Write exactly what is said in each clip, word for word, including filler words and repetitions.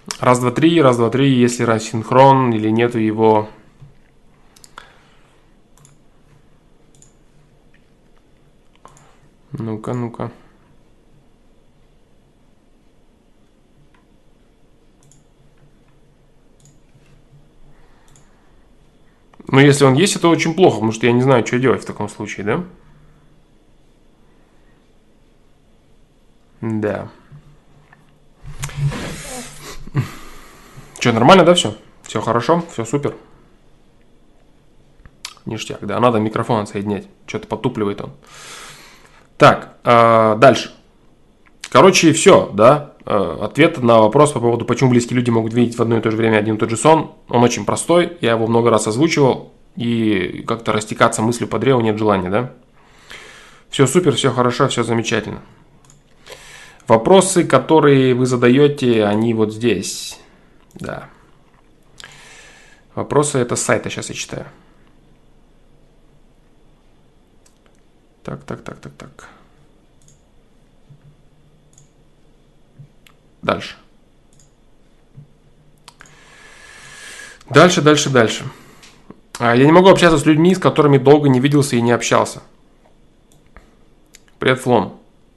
Раз, два, три, раз, два, три, если рассинхрон или нету его. Ну-ка, ну-ка. Но если он есть, это очень плохо, потому что я не знаю, что делать в таком случае, да? Да. Что, нормально, да, все? Все хорошо, все супер. Ништяк, да, надо микрофон отсоединять. Что-то потупливает он. Так, э, дальше. Короче, все, да. Э, ответ на вопрос по поводу, почему близкие люди могут видеть в одно и то же время один и тот же сон, он очень простой. Я его много раз озвучивал. И как-то растекаться мыслью по древу нет желания, да? Все супер, все хорошо, все замечательно. Вопросы, которые вы задаете, они вот здесь. Да. Вопросы это с сайта, сейчас я читаю. Так, так, так, так, так. Дальше. Дальше, дальше, дальше. Я не могу общаться с людьми, с которыми долго не виделся и не общался. Привет, Флом.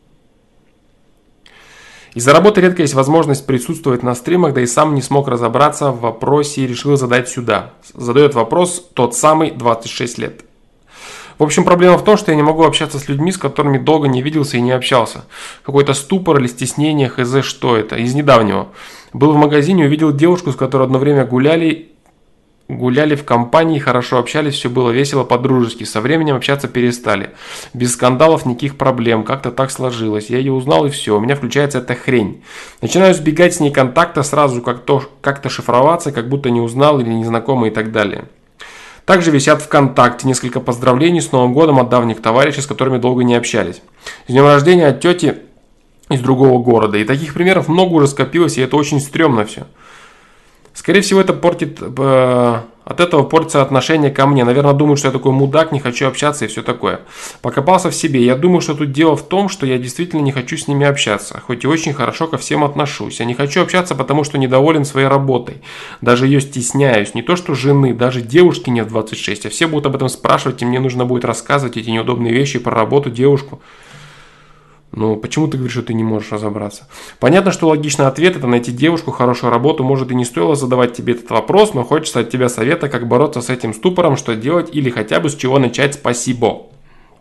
Из-за работы редко есть возможность присутствовать на стримах, да и сам не смог разобраться в вопросе и решил задать сюда. Задает вопрос тот самый двадцать шесть лет. В общем, проблема в том, что я не могу общаться с людьми, с которыми долго не виделся и не общался. Какой-то ступор или стеснение, хз, что это. Из недавнего. Был в магазине, увидел девушку, с которой одно время гуляли, гуляли в компании, хорошо общались, все было весело, по-дружески. Со временем общаться перестали. Без скандалов, никаких проблем. Как-то так сложилось. Я ее узнал и все. У меня включается эта хрень. Начинаю сбегать с ней контакта сразу, как-то, как-то шифроваться, как будто не узнал или незнакомый и так далее. Также висят ВКонтакте несколько поздравлений с Новым годом от давних товарищей, с которыми долго не общались. С днем рождения от тети из другого города. И таких примеров много уже скопилось, и это очень стрёмно все. Скорее всего, это портит, э, от этого портится отношение ко мне. Наверное, думают, что я такой мудак, не хочу общаться и все такое. Покопался в себе. Я думаю, что тут дело в том, что я действительно не хочу с ними общаться. Хоть и очень хорошо ко всем отношусь. Я не хочу общаться, потому что недоволен своей работой. Даже ее стесняюсь. Не то, что жены, даже девушки нет в двадцать шесть. А все будут об этом спрашивать, и мне нужно будет рассказывать эти неудобные вещи про работу, девушку. Ну, почему ты говоришь, что ты не можешь разобраться? Понятно, что логичный ответ – это найти девушку, хорошую работу. Может, и не стоило задавать тебе этот вопрос, но хочется от тебя совета, как бороться с этим ступором, что делать или хотя бы с чего начать. Спасибо.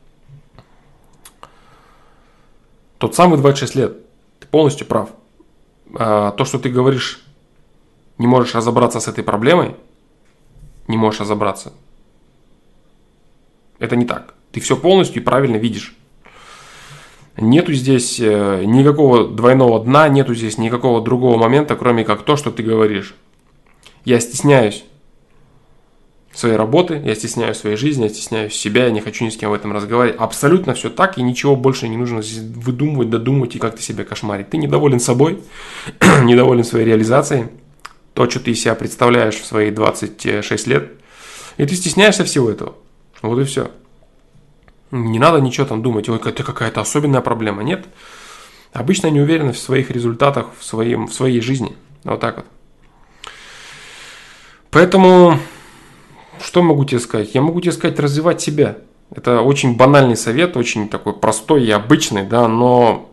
Тот самый двадцать шесть лет. Ты полностью прав. А, то, что ты говоришь, не можешь разобраться с этой проблемой, не можешь разобраться, это не так. Ты все полностью и правильно видишь. Нету здесь никакого двойного дна, нету здесь никакого другого момента, кроме как то, что ты говоришь. Я стесняюсь своей работы, я стесняюсь своей жизни, я стесняюсь себя, я не хочу ни с кем об этом разговаривать. Абсолютно все так, и ничего больше не нужно выдумывать, додумывать и как-то себя кошмарить. Ты недоволен собой, недоволен своей реализацией, то, что ты из себя представляешь в свои двадцать шесть лет, и ты стесняешься всего этого. Вот и все. Не надо ничего там думать, ой, это какая-то особенная проблема. Нет. Обычно не уверены в своих результатах, в, своем, в своей жизни. Вот так вот. Поэтому, что могу тебе сказать? Я могу тебе сказать, развивать себя. Это очень банальный совет, очень такой простой и обычный, да, но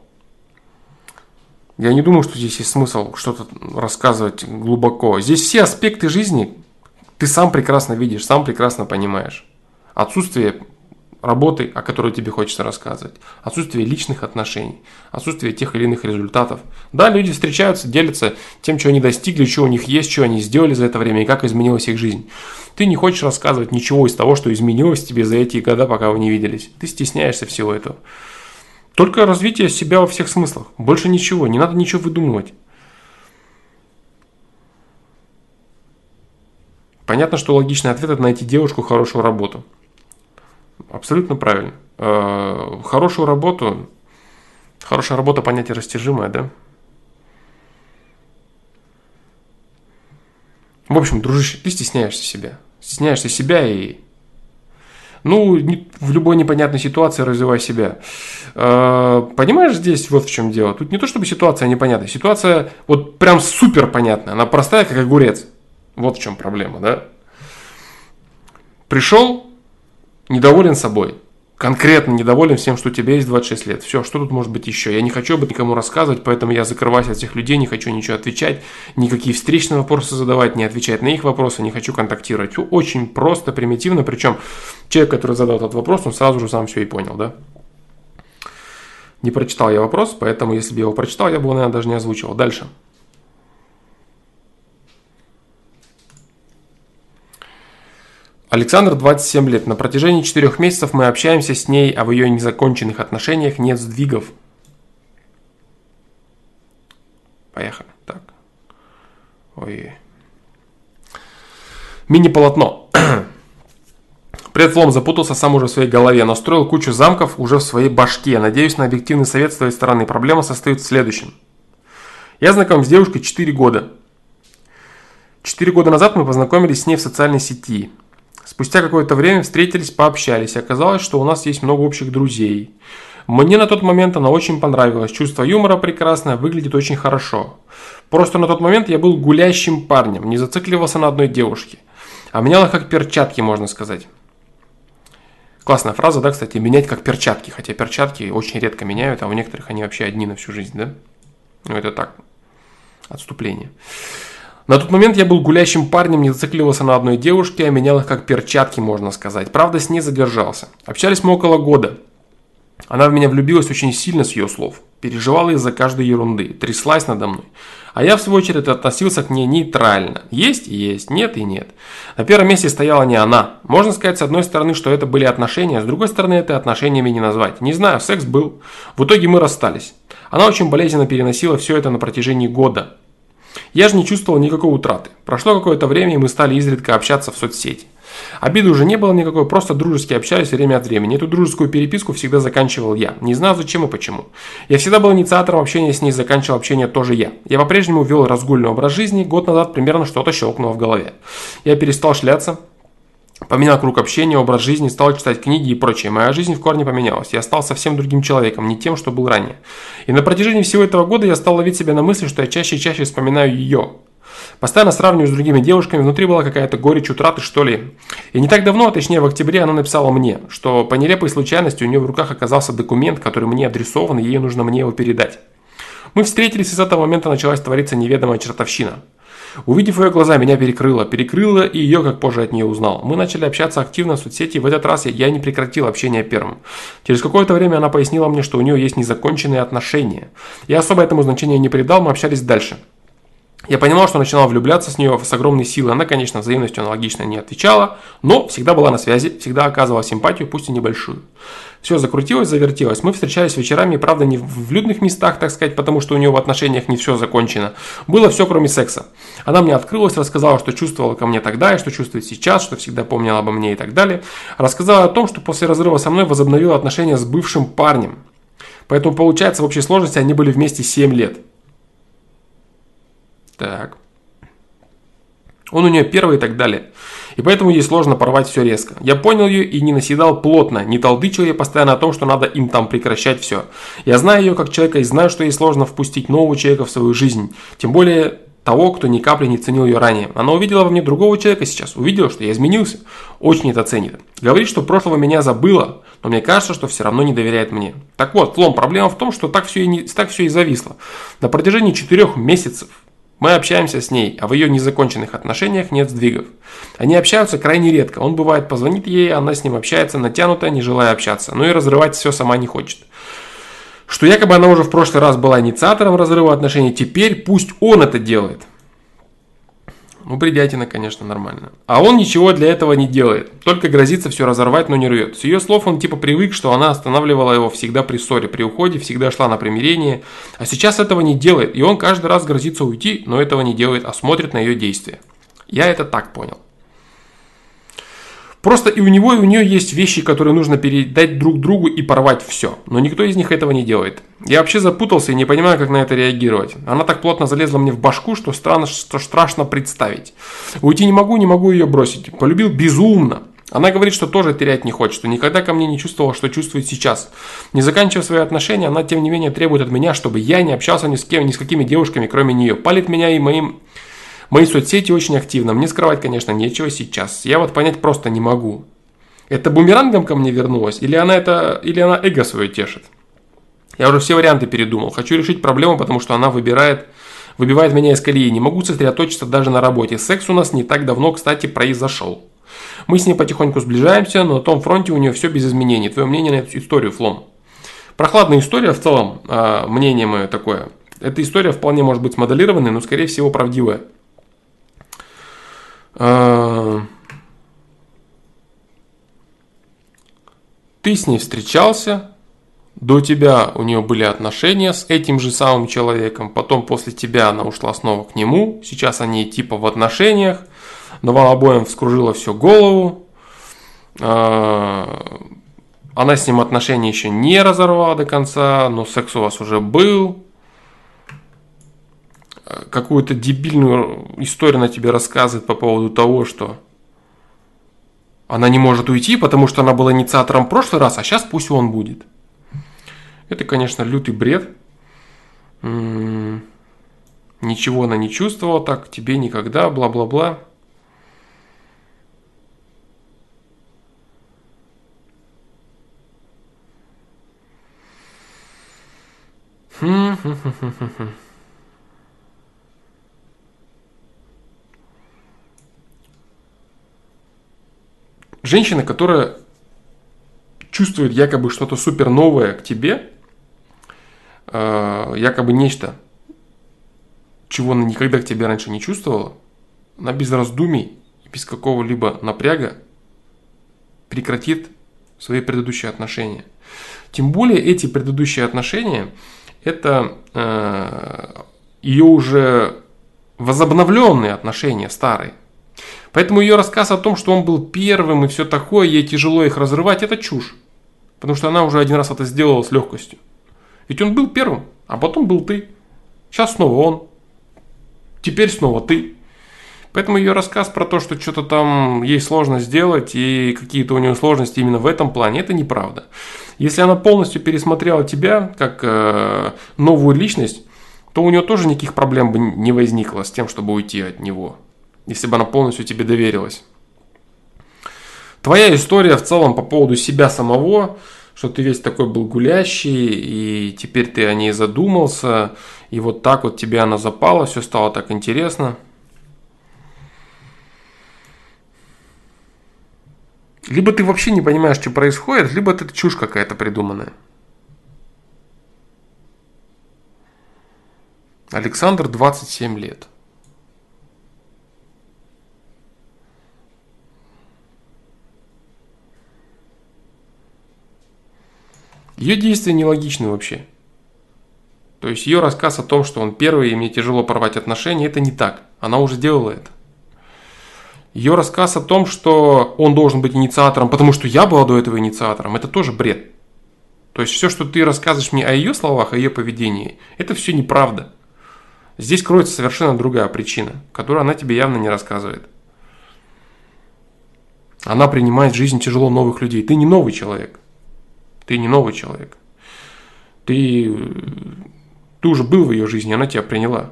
я не думаю, что здесь есть смысл что-то рассказывать глубоко. Здесь все аспекты жизни ты сам прекрасно видишь, сам прекрасно понимаешь. Отсутствие работы, о которой тебе хочется рассказывать, отсутствие личных отношений, отсутствие тех или иных результатов. Да, люди встречаются, делятся тем, что они достигли, что у них есть, что они сделали за это время и как изменилась их жизнь. Ты не хочешь рассказывать ничего из того, что изменилось тебе за эти года, пока вы не виделись. Ты стесняешься всего этого. Только развитие себя во всех смыслах. Больше ничего, не надо ничего выдумывать. Понятно, что логичный ответ – это найти девушку, хорошую работу. Абсолютно правильно. Хорошую работу, хорошая работа понятие растяжимое, да? В общем, дружище, ты стесняешься себя. Стесняешься себя и Ну, в любой непонятной ситуации развивай себя. Понимаешь, здесь вот в чем дело. Тут не то, чтобы ситуация непонятная. Ситуация вот прям супер понятная. Она простая, как огурец. Вот в чем проблема, да? Пришел, недоволен собой. Конкретно недоволен всем, что у тебя есть двадцать шесть лет. Все, что тут может быть еще? Я не хочу об этом никому рассказывать, поэтому я закрываюсь от всех людей, не хочу ничего отвечать, никакие встречные вопросы задавать, не отвечать на их вопросы, не хочу контактировать. Все очень просто, примитивно, причем человек, который задал этот вопрос, он сразу же сам все и понял, да? Не прочитал я вопрос, поэтому если бы я его прочитал, я бы его, наверное, даже не озвучивал. Дальше. Александр, двадцать семь лет. На протяжении четырех месяцев мы общаемся с ней, а в ее незаконченных отношениях нет сдвигов. Поехали. Так. Ой. Мини-полотно. Предфлом запутался сам уже в своей голове, настроил кучу замков уже в своей башке. Надеюсь на объективный совет с твоей стороны. Проблема состоит в следующем. Я знаком с девушкой четыре года. четыре года назад мы познакомились с ней в социальной сети. Спустя какое-то время встретились, пообщались, и оказалось, что у нас есть много общих друзей. Мне на тот момент она очень понравилась, чувство юмора прекрасное, выглядит очень хорошо. Просто на тот момент я был гулящим парнем, не зацикливался на одной девушке, а менял их как перчатки, можно сказать. Классная фраза, да, кстати, менять как перчатки, хотя перчатки очень редко меняют, а у некоторых они вообще одни на всю жизнь, да? Ну это так, отступление. На тот момент я был гулящим парнем, не зацикливался на одной девушке, а менял их как перчатки, можно сказать. Правда, с ней задержался. Общались мы около года. Она в меня влюбилась очень сильно с ее слов. Переживала из-за каждой ерунды, тряслась надо мной. А я, в свою очередь, относился к ней нейтрально. Есть и есть, нет и нет. На первом месте стояла не она. Можно сказать, с одной стороны, что это были отношения, с другой стороны, это отношениями не назвать. Не знаю, секс был. В итоге мы расстались. Она очень болезненно переносила все это на протяжении года. Я же не чувствовал никакой утраты. Прошло какое-то время, и мы стали изредка общаться в соцсети. Обиды уже не было никакой, просто дружески общались время от времени. Эту дружескую переписку всегда заканчивал я. Не знаю зачем и почему. Я всегда был инициатором общения с ней, заканчивал общение тоже я. Я по-прежнему вел разгульный образ жизни, год назад примерно что-то щелкнуло в голове. Я перестал шляться, поменял круг общения, образ жизни, стал читать книги и прочее. Моя жизнь в корне поменялась. Я стал совсем другим человеком, не тем, что был ранее. И на протяжении всего этого года я стал ловить себя на мысли, что я чаще и чаще вспоминаю ее. Постоянно сравниваю с другими девушками, внутри была какая-то горечь утраты, что ли. И не так давно, а точнее в октябре, она написала мне, что по нелепой случайности у нее в руках оказался документ, который мне адресован, и ей нужно мне его передать. Мы встретились, и с этого момента началась твориться неведомая чертовщина. Увидев ее глаза, меня перекрыло. Перекрыло и ее, как позже от нее узнал. Мы начали общаться активно в соцсети, и в этот раз я, я не прекратил общение первым. Через какое-то время она пояснила мне, что у нее есть незаконченные отношения. Я особо этому значения не придал, мы общались дальше. Я понимал, что начинал влюбляться с нее с огромной силой. Она, конечно, взаимностью аналогично не отвечала, но всегда была на связи, всегда оказывала симпатию, пусть и небольшую. Все закрутилось, завертелось. Мы встречались вечерами, правда, не в людных местах, так сказать, потому что у нее в отношениях не все закончено. Было все, кроме секса. Она мне открылась, рассказала, что чувствовала ко мне тогда и что чувствует сейчас, что всегда помнила обо мне и так далее. Рассказала о том, что после разрыва со мной возобновила отношения с бывшим парнем. Поэтому, получается, в общей сложности они были вместе семь лет. Так. Он у нее первый и так далее. И поэтому ей сложно порвать все резко. Я понял ее и не наседал плотно, не толдычил ей постоянно о том, что надо им там прекращать все. Я знаю ее как человека и знаю, что ей сложно впустить нового человека в свою жизнь. Тем более того, кто ни капли не ценил ее ранее. Она увидела во мне другого человека сейчас. Увидела, что я изменился. Очень это ценит. Говорит, что прошлого меня забыла, но мне кажется, что все равно не доверяет мне. Так вот, Флом, проблема в том, что так все и, не, так все и зависло. На протяжении четырех месяцев мы общаемся с ней, а в ее незаконченных отношениях нет сдвигов. Они общаются крайне редко. Он бывает позвонит ей, она с ним общается, натянутая, не желая общаться. Но и разрывать все сама не хочет. Что якобы она уже в прошлый раз была инициатором разрыва отношений, теперь пусть он это делает. Ну, бредятина, конечно, нормально. А он ничего для этого не делает. Только грозится все разорвать, но не рвет. С ее слов он типа привык, что она останавливала его всегда при ссоре. При уходе всегда шла на примирение. А сейчас этого не делает. И он каждый раз грозится уйти, но этого не делает, а смотрит на ее действия. Я это так понял. Просто и у него, и у нее есть вещи, которые нужно передать друг другу и порвать все. Но никто из них этого не делает. Я вообще запутался и не понимаю, как на это реагировать. Она так плотно залезла мне в башку, что, странно, что страшно представить. Уйти не могу, не могу ее бросить. Полюбил безумно. Она говорит, что тоже терять не хочет, что никогда ко мне не чувствовала, что чувствует сейчас. Не заканчивая свои отношения, она тем не менее требует от меня, чтобы я не общался ни с кем, ни с какими девушками, кроме нее. Палит меня и моим, мои соцсети очень активно. Мне скрывать, конечно, нечего сейчас. Я вот понять просто не могу. Это бумерангом ко мне вернулось, или она, это, или она эго свое тешит? Я уже все варианты передумал. Хочу решить проблему, потому что она выбирает, выбивает меня из колеи. Не могу сосредоточиться даже на работе. Секс у нас не так давно, кстати, произошел. Мы с ней потихоньку сближаемся, но на том фронте у нее все без изменений. Твое мнение на эту историю, Флом? Прохладная история в целом, мнение мое такое. Эта история вполне может быть смоделированной, но скорее всего правдивая. Ты с ней встречался, до тебя у нее были отношения с этим же самым человеком, потом после тебя она ушла снова к нему, сейчас они типа в отношениях, но вам обоим вскружило все голову, она с ним отношения еще не разорвала до конца, но секс у вас уже был, какую-то дебильную историю она тебе рассказывает по поводу того, что она не может уйти, потому что она была инициатором в прошлый раз, а сейчас пусть он будет. Это, конечно, лютый бред. М-м- ничего она не чувствовала так, тебе никогда, бла-бла-бла. Хм-хм-хм-хм-хм. Женщина, которая чувствует якобы что-то супер новое к тебе, э, якобы нечто, чего она никогда к тебе раньше не чувствовала, она без раздумий и без какого-либо напряга прекратит свои предыдущие отношения. Тем более эти предыдущие отношения, это э, ее уже возобновленные отношения старые. Поэтому ее рассказ о том, что он был первым и все такое, ей тяжело их разрывать, это чушь. Потому что она уже один раз это сделала с легкостью. Ведь он был первым, а потом был ты. Сейчас снова он. Теперь снова ты. Поэтому ее рассказ про то, что что-то там ей сложно сделать и какие-то у нее сложности именно в этом плане, это неправда. Если она полностью пересмотрела тебя как э, новую личность, то у нее тоже никаких проблем бы не возникло с тем, чтобы уйти от него. Если бы она полностью тебе доверилась. Твоя история в целом по поводу себя самого, что ты весь такой был гулящий, и теперь ты о ней задумался, и вот так вот тебе она запала, все стало так интересно. Либо ты вообще не понимаешь, что происходит, либо это чушь какая-то придуманная. Александр, двадцать семь лет. Ее действия нелогичны вообще. То есть ее рассказ о том, что он первый и мне тяжело порвать отношения, это не так. Она уже делала это. Ее рассказ о том, что он должен быть инициатором, потому что я была до этого инициатором, это тоже бред. То есть все, что ты рассказываешь мне о ее словах, о ее поведении, это все неправда. Здесь кроется совершенно другая причина, которую она тебе явно не рассказывает. Она принимает в жизнь тяжело новых людей. Ты не новый человек. Ты не новый человек. Ты, ты уже был в ее жизни, она тебя приняла.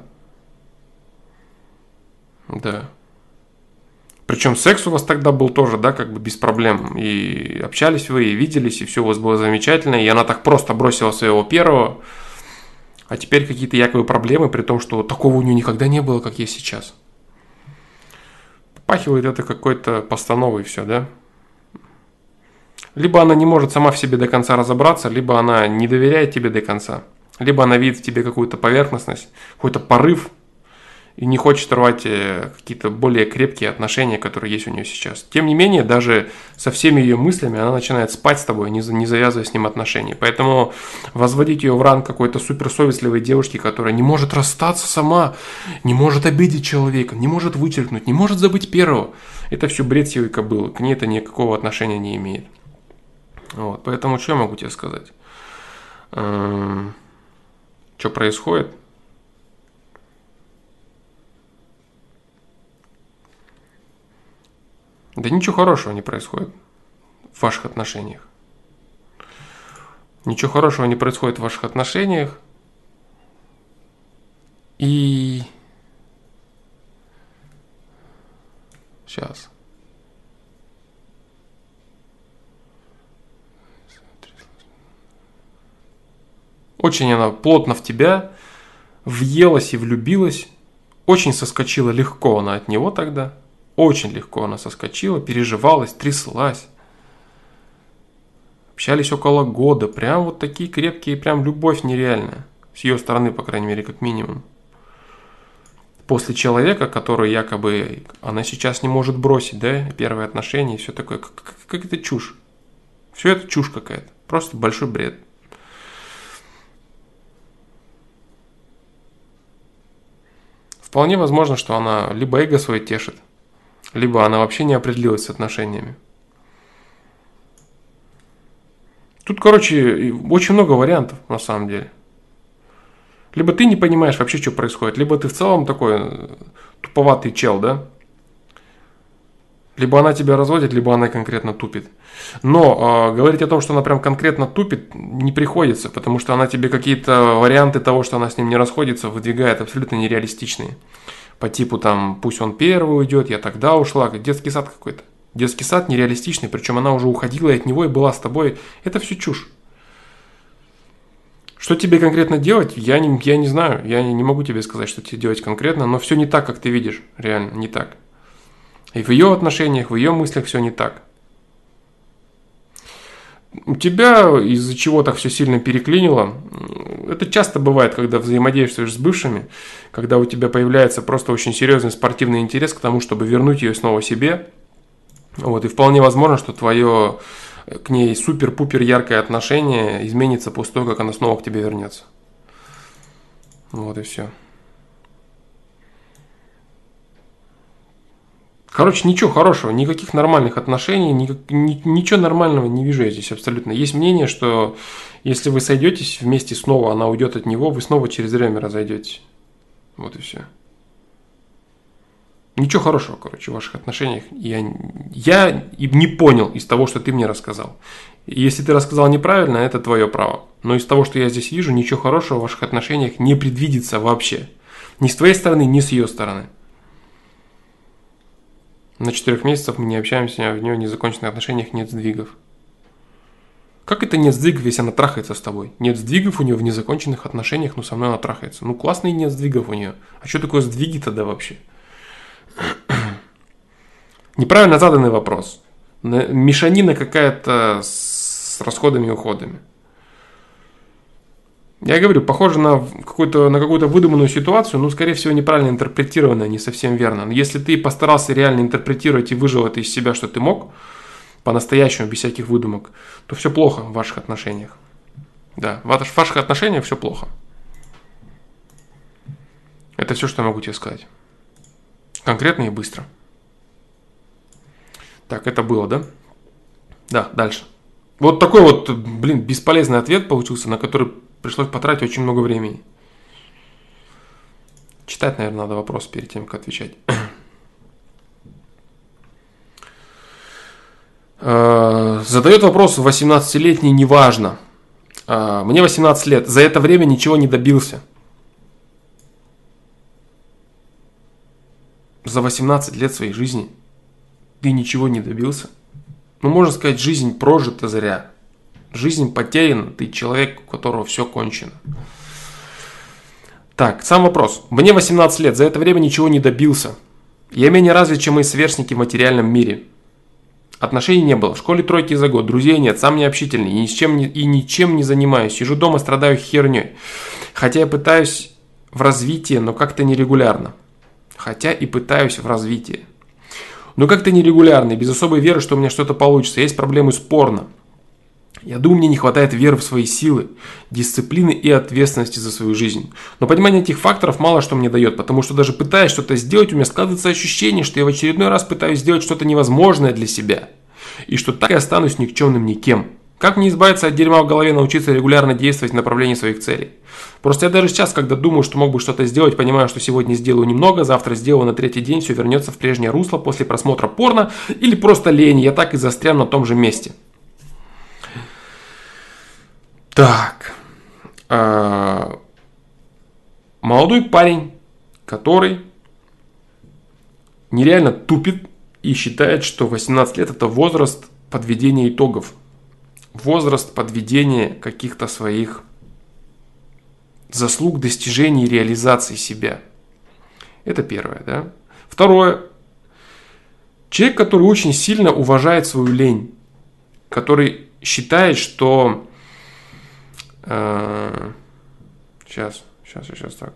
Да. Причем секс у вас тогда был тоже, да, как бы без проблем. И общались вы, и виделись, и все у вас было замечательно. И она так просто бросила своего первого. А теперь какие-то якобы проблемы, при том, что такого у нее никогда не было, как есть сейчас. Попахивает это какой-то постановой все, да? Либо она не может сама в себе до конца разобраться, либо она не доверяет тебе до конца. Либо она видит в тебе какую-то поверхностность, какой-то порыв, и не хочет рвать какие-то более крепкие отношения, которые есть у нее сейчас. Тем не менее, даже со всеми ее мыслями она начинает спать с тобой, не завязывая с ним отношения. Поэтому возводить ее в ранг какой-то суперсовестливой девушки, которая не может расстаться сама, не может обидеть человека, не может вычеркнуть, не может забыть первого, это все бред сивой кобылы. К ней это никакого отношения не имеет. Вот, поэтому что я могу тебе сказать? Что происходит? Да ничего хорошего не происходит в ваших отношениях. Ничего хорошего не происходит в ваших отношениях. И... Сейчас. Очень она плотно в тебя въелась и влюбилась. Очень соскочила легко она от него тогда. Очень легко она соскочила, переживалась, тряслась. Общались около года. Прям вот такие крепкие, прям любовь нереальная. С ее стороны, по крайней мере, как минимум. После человека, который якобы она сейчас не может бросить, да, первые отношения и все такое. Как, как, как это чушь. Все это чушь какая-то. Просто большой бред. Вполне возможно, что она либо эго свое тешит, либо она вообще не определилась с отношениями. Тут, короче, очень много вариантов на самом деле. Либо ты не понимаешь вообще, что происходит, либо ты в целом такой туповатый чел, да? Либо она тебя разводит, либо она конкретно тупит. Но э, говорить о том, что она прям конкретно тупит, не приходится, потому что она тебе какие-то варианты того, что она с ним не расходится, выдвигает абсолютно нереалистичные. По типу там, пусть он первый уйдет, я тогда ушла, как детский сад какой-то. Детский сад нереалистичный, причем она уже уходила от него и была с тобой. Это все чушь. Что тебе конкретно делать, я не, я не знаю. Я не могу тебе сказать, что тебе делать конкретно, но все не так, как ты видишь. Реально, не так. И в ее отношениях, в ее мыслях все не так. У тебя из-за чего так все сильно переклинило. Это часто бывает, когда взаимодействуешь с бывшими, когда у тебя появляется просто очень серьезный спортивный интерес к тому, чтобы вернуть ее снова себе. Вот, и вполне возможно, что твое к ней супер-пупер яркое отношение изменится после того, как она снова к тебе вернется. Вот и все. Короче, ничего хорошего, никаких нормальных отношений, никак, ни, ничего нормального не вижу я здесь абсолютно. Есть мнение, что если вы сойдетесь вместе снова, она уйдет от него, вы снова через время разойдетесь. Вот и все. Ничего хорошего, короче, в ваших отношениях я, я не понял из того, что ты мне рассказал. Если ты рассказал неправильно, это твое право. Но из того, что я здесь вижу, ничего хорошего в ваших отношениях не предвидится вообще. Ни с твоей стороны, ни с ее стороны. На четырех месяцев мы не общаемся, а в нее незаконченных отношениях нет сдвигов. Как это нет сдвигов, если она трахается с тобой? Нет сдвигов у нее в незаконченных отношениях, но со мной она трахается. Ну классные нет сдвигов у нее. А что такое сдвиги тогда вообще? Неправильно заданный вопрос. Мешанина какая-то с расходами и уходами. Я говорю, похоже на какую-то, на какую-то выдуманную ситуацию, но, скорее всего, неправильно интерпретированная, не совсем верно. Но если ты постарался реально интерпретировать и выжил это из себя, что ты мог, по-настоящему, без всяких выдумок, то все плохо в ваших отношениях. Да, в ваших отношениях все плохо. Это все, что я могу тебе сказать. Конкретно и быстро. Так, это было, да? Да, дальше. Вот такой вот, блин, бесполезный ответ получился, на который пришлось потратить очень много времени. Читать, наверное, надо вопрос перед тем, как отвечать. Задает вопрос восемнадцатилетний, неважно. Мне восемнадцать лет, за это время ничего не добился. За восемнадцать лет своей жизни ты ничего не добился? Ну, можно сказать, жизнь прожита зря. Жизнь потеряна, ты человек, у которого все кончено. Так, сам вопрос. Мне восемнадцать лет, за это время ничего не добился. Я менее развит, чем мои сверстники в материальном мире. Отношений не было, в школе тройки за год, друзей нет, сам не общительный, ни с чем не, и ничем не занимаюсь. Сижу дома, страдаю херней. Хотя я пытаюсь в развитии, но как-то нерегулярно. Хотя и пытаюсь в развитии. Но как-то нерегулярно, без особой веры, что у меня что-то получится. Есть проблемы с порно. Я думаю, мне не хватает веры в свои силы, дисциплины и ответственности за свою жизнь. Но понимание этих факторов мало что мне дает, потому что даже пытаясь что-то сделать, у меня складывается ощущение, что я в очередной раз пытаюсь сделать что-то невозможное для себя. И что так и останусь никчемным никем. Как мне избавиться от дерьма в голове, научиться регулярно действовать в направлении своих целей? Просто я даже сейчас, когда думаю, что мог бы что-то сделать, понимаю, что сегодня сделаю немного, завтра сделаю, на третий день все вернется в прежнее русло после просмотра порно или просто лень. Я так и застряну на том же месте. Так. Молодой парень, который нереально тупит и считает, что восемнадцать лет это возраст подведения итогов. Возраст подведения каких-то своих заслуг, достижений, реализации себя. Это первое, да. Второе. Человек, который очень сильно уважает свою лень, который считает, что... Э, сейчас, сейчас, сейчас так.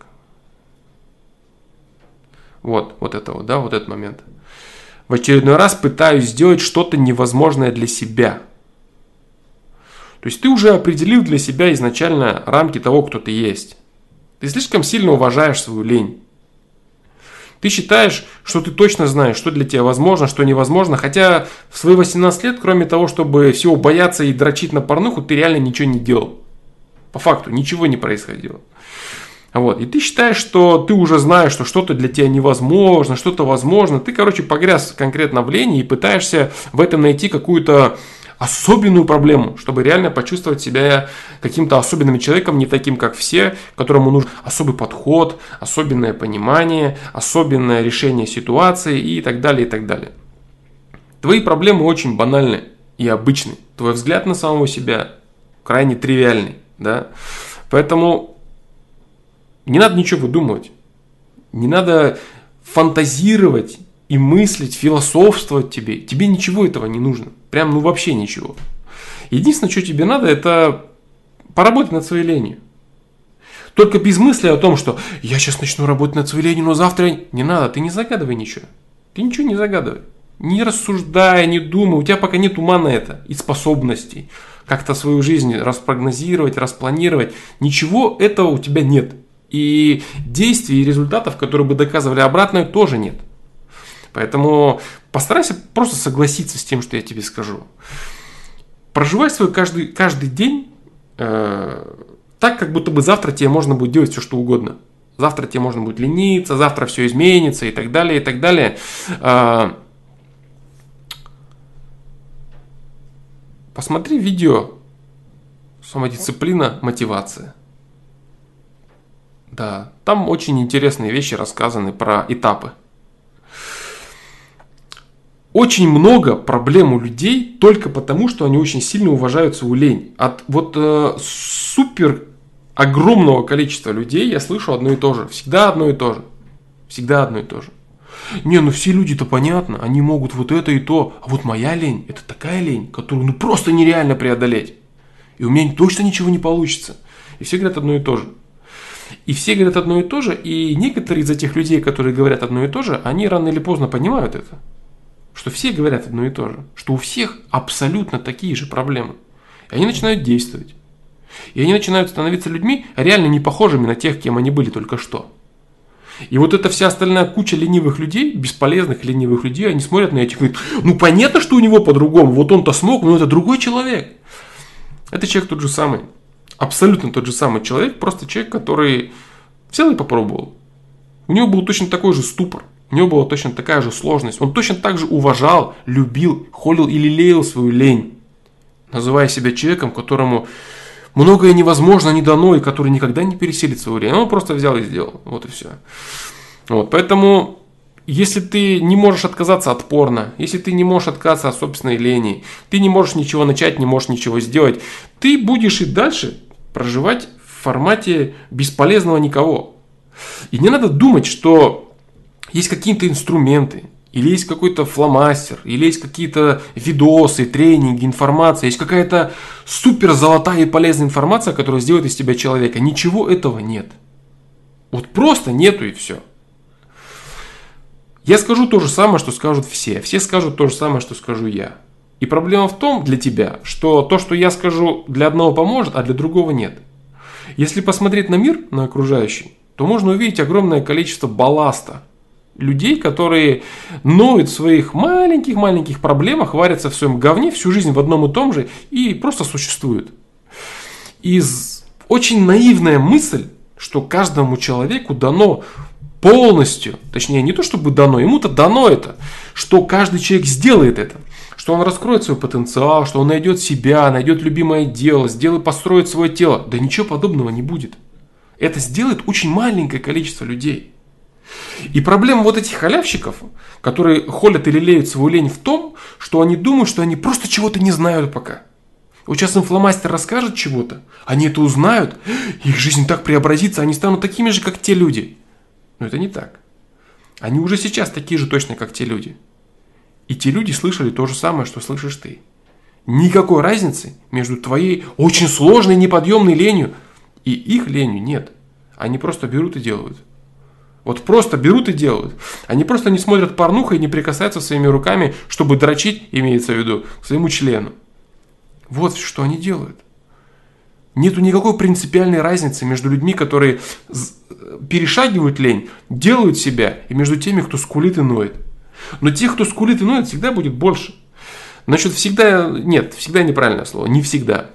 Вот, вот это вот, да, вот этот момент. В очередной раз пытаюсь сделать что-то невозможное для себя. То есть ты уже определил для себя изначально рамки того, кто ты есть. Ты слишком сильно уважаешь свою лень. Ты считаешь, что ты точно знаешь, что для тебя возможно, что невозможно. Хотя в свои восемнадцать лет, кроме того, чтобы всего бояться и дрочить на порнуху, ты реально ничего не делал. По факту ничего не происходило. Вот. И ты считаешь, что ты уже знаешь, что что-то для тебя невозможно, что-то возможно. Ты, короче, погряз конкретно в лени и пытаешься в этом найти какую-то особенную проблему, чтобы реально почувствовать себя каким-то особенным человеком, не таким, как все, которому нужен особый подход, особенное понимание, особенное решение ситуации и так далее, и так далее. Твои проблемы очень банальны и обычны. Твой взгляд на самого себя крайне тривиальный, да? Поэтому не надо ничего выдумывать. Не надо фантазировать и мыслить, философствовать тебе. Тебе ничего этого не нужно. Прям, ну вообще ничего. Единственное, что тебе надо, это поработать над своей ленью. Только без мысли о том, что я сейчас начну работать над своей ленью, но завтра не надо. Ты не загадывай ничего. Ты ничего не загадывай. Не рассуждай, не думай. У тебя пока нет ума на это и способностей. Как-то свою жизнь распрогнозировать, распланировать. Ничего этого у тебя нет. И действий и результатов, которые бы доказывали обратное, тоже нет. Поэтому постарайся просто согласиться с тем, что я тебе скажу. Проживай свой каждый, каждый день э, так, как будто бы завтра тебе можно будет делать все, что угодно. Завтра тебе можно будет лениться, завтра все изменится и так далее, и так далее. Э, посмотри видео «Самодисциплина, мотивация». Да, там очень интересные вещи рассказаны про этапы. Очень много проблем у людей только потому, что они очень сильно уважают свою лень. От вот э, супер огромного количества людей я слышу одно и то же. Всегда одно и то же. Всегда одно и то же. Не, ну все люди-то понятно, они могут вот это и то. А вот моя лень, это такая лень, которую ну просто нереально преодолеть. И у меня точно ничего не получится. И все говорят одно и то же. И все говорят одно и то же. И некоторые из этих людей, которые говорят одно и то же, они рано или поздно понимают это. Что все говорят одно и то же. Что у всех абсолютно такие же проблемы. И они начинают действовать. И они начинают становиться людьми, реально не похожими на тех, кем они были только что. И вот эта вся остальная куча ленивых людей, бесполезных ленивых людей, они смотрят на этих и говорят, ну понятно, что у него по-другому, вот он-то смог, но это другой человек. Это человек тот же самый. Абсолютно тот же самый человек, просто человек, который взял и попробовал. У него был точно такой же ступор. У него была точно такая же сложность. Он точно так же уважал, любил, холил и лелеял свою лень. Называя себя человеком, которому многое невозможно, не дано, и который никогда не переселит свою лень. Он просто взял и сделал. Вот и все. Вот, поэтому, если ты не можешь отказаться от порно, если ты не можешь отказаться от собственной лени, ты не можешь ничего начать, не можешь ничего сделать, ты будешь и дальше проживать в формате бесполезного никого. И не надо думать, что есть какие-то инструменты, или есть какой-то фломастер, или есть какие-то видосы, тренинги, информация, есть какая-то супер золотая и полезная информация, которая сделает из тебя человека. Ничего этого нет. Вот просто нету и все. Я скажу то же самое, что скажут все. Все скажут то же самое, что скажу я. И проблема в том для тебя, что то, что я скажу, для одного поможет, а для другого нет. Если посмотреть на мир, на окружающий, то можно увидеть огромное количество балласта. людей, которые ноют в своих маленьких-маленьких проблемах, варятся в своем говне всю жизнь в одном и том же и просто существуют. И очень наивная мысль, что каждому человеку дано полностью, точнее не то чтобы дано, ему-то дано это, что каждый человек сделает это, что он раскроет свой потенциал, что он найдет себя, найдет любимое дело, сделает, построит свое тело. Да ничего подобного не будет. Это сделает очень маленькое количество людей. И проблема вот этих халявщиков, которые холят или леют свою лень в том, что они думают, что они просто чего-то не знают пока. Вот сейчас им фломастер расскажет чего-то, они это узнают, их жизнь так преобразится, они станут такими же, как те люди. Но это не так. Они уже сейчас такие же точно, как те люди. И те люди слышали то же самое, что слышишь ты. Никакой разницы между твоей очень сложной, неподъемной ленью и их ленью нет. Они просто берут и делают. Вот просто берут и делают. Они просто не смотрят порнуху и не прикасаются своими руками, чтобы дрочить, имеется в виду, к своему члену. Вот что они делают. Нету никакой принципиальной разницы между людьми, которые перешагивают лень, делают себя, и между теми, кто скулит и ноет. Но тех, кто скулит и ноет, всегда будет больше. Значит, всегда, нет, всегда неправильное слово, не всегда.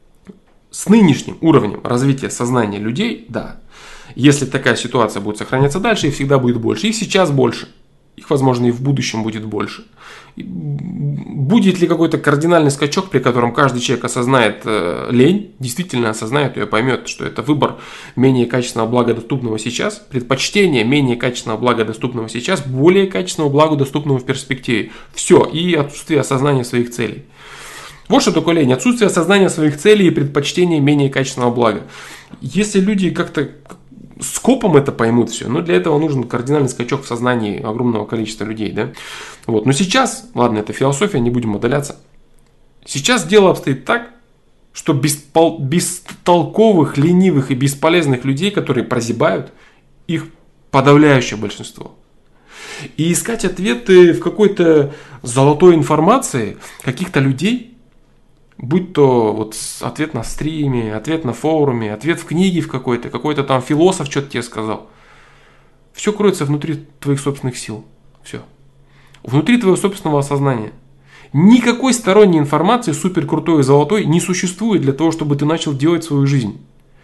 С нынешним уровнем развития сознания людей, да. Если такая ситуация будет сохраняться дальше, их всегда будет больше. Их сейчас больше. Их, возможно, и в будущем будет больше. И будет ли какой-то кардинальный скачок, при котором каждый человек осознает э, лень, действительно осознает ее, поймет, что это выбор менее качественного блага, доступного сейчас, предпочтение менее качественного блага, доступного сейчас, более качественного блага, доступного в перспективе. Все. И отсутствие осознания своих целей. Вот что такое лень. Отсутствие осознания своих целей и предпочтение менее качественного блага. Если люди как-то скопом это поймут все, но для этого нужен кардинальный скачок в сознании огромного количества людей. Да? Вот. Но сейчас, ладно, это философия, не будем удаляться. Сейчас дело обстоит так, что беспол... бестолковых, ленивых и бесполезных людей, которые прозябают, их подавляющее большинство. И искать ответы в какой-то золотой информации каких-то людей, будь то вот ответ на стриме, ответ на форуме, ответ в книге в какой-то, какой-то там философ что-то тебе сказал. Все кроется внутри твоих собственных сил. Все. Внутри твоего собственного осознания. Никакой сторонней информации, супер крутой и золотой, не существует для того, чтобы ты начал делать свою жизнь.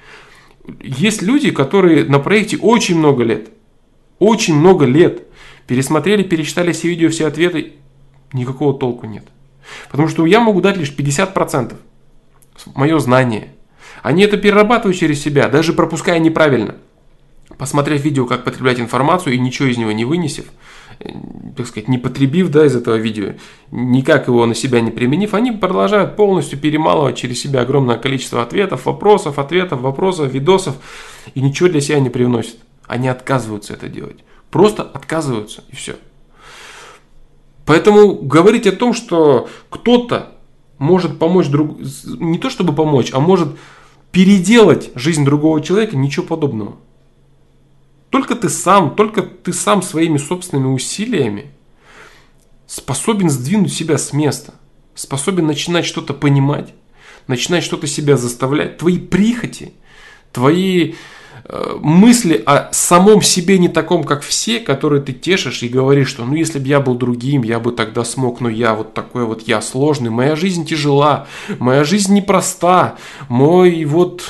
Есть люди, которые на проекте очень много лет. Очень много лет. Пересмотрели, перечитали все видео, все ответы. Никакого толку нет. Потому что я могу дать лишь пятьдесят процентов. Мое знание. Они это перерабатывают через себя, даже пропуская неправильно. Посмотрев видео, как потреблять информацию и ничего из него не вынесев, так сказать, не потребив, да, из этого видео, никак его на себя не применив, они продолжают полностью перемалывать через себя огромное количество ответов, вопросов, ответов, вопросов, видосов, и ничего для себя не привносят. Они отказываются это делать. Просто отказываются, и все. Поэтому говорить о том, что кто-то может помочь друг... не то чтобы помочь, а может переделать жизнь другого человека, ничего подобного. Только ты сам, только ты сам своими собственными усилиями способен сдвинуть себя с места, способен начинать что-то понимать, начинать что-то себя заставлять. Твои прихоти, твои э, мысли о самом себе не таком, как все, которые ты тешишь и говоришь, что ну если бы я был другим, я бы тогда смог, но я вот такой вот, я сложный, моя жизнь тяжела, моя жизнь непроста, мой вот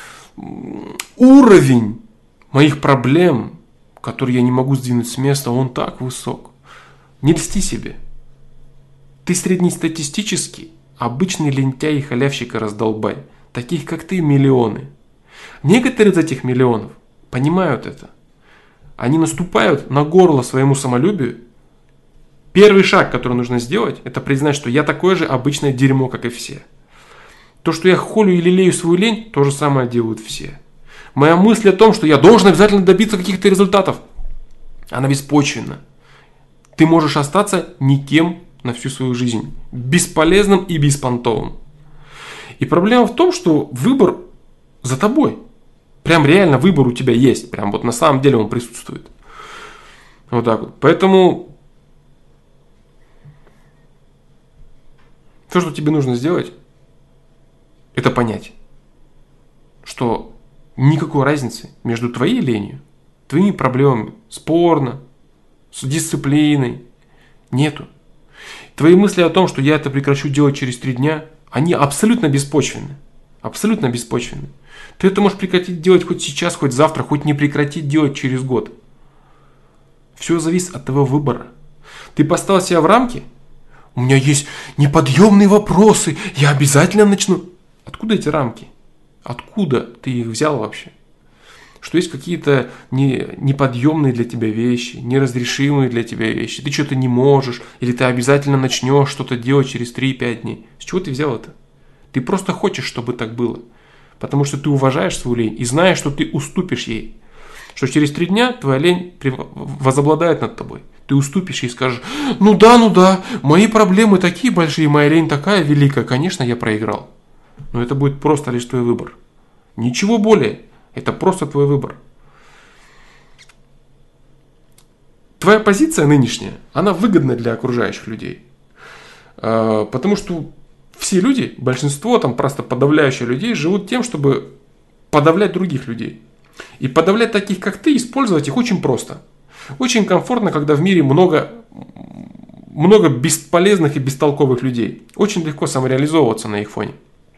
уровень моих проблем, которые я не могу сдвинуть с места, он так высок. Не льсти себе. Ты среднестатистический, обычный лентяй и халявщик и раздолбай. Таких, как ты, миллионы. Некоторые из этих миллионов понимают это. Они наступают на горло своему самолюбию. Первый шаг, который нужно сделать, это признать, что я такое же обычное дерьмо, как и все. То, что я холю или лелею свою лень, то же самое делают все. Моя мысль о том, что я должен обязательно добиться каких-то результатов, она беспочвенна. Ты можешь остаться никем на всю свою жизнь. Бесполезным и беспонтовым. И проблема в том, что выбор за тобой. Прям реально выбор у тебя есть. Прям вот на самом деле он присутствует. Вот так вот. Поэтому все, что тебе нужно сделать, это понять, что никакой разницы между твоей ленью, твоими проблемами, спорно, с дисциплиной. Нету. Твои мысли о том, что я это прекращу делать через три дня, они абсолютно беспочвенны. Абсолютно беспочвенны. Ты это можешь прекратить делать хоть сейчас, хоть завтра, хоть не прекратить делать через год. Все зависит от твоего выбора. Ты поставил себя в рамки? У меня есть неподъемные вопросы, я обязательно начну. Откуда эти рамки? Откуда ты их взял вообще? Что есть какие-то не, неподъемные для тебя вещи, неразрешимые для тебя вещи. Ты что-то не можешь, или ты обязательно начнешь что-то делать через три-пять дней. С чего ты взял это? Ты просто хочешь, чтобы так было. Потому что ты уважаешь свою лень и знаешь, что ты уступишь ей. Что через три дня твоя лень возобладает над тобой. Ты уступишь ей и скажешь: ну да, ну да, мои проблемы такие большие, моя лень такая великая, конечно, я проиграл. Но это будет просто лишь твой выбор. Ничего более. Это просто твой выбор. Твоя позиция нынешняя, она выгодна для окружающих людей. Потому что все люди, большинство, там просто подавляющее людей, живут тем, чтобы подавлять других людей. И подавлять таких, как ты, использовать их очень просто. Очень комфортно, когда в мире много, много бесполезных и бестолковых людей. Очень легко самореализовываться на их фоне.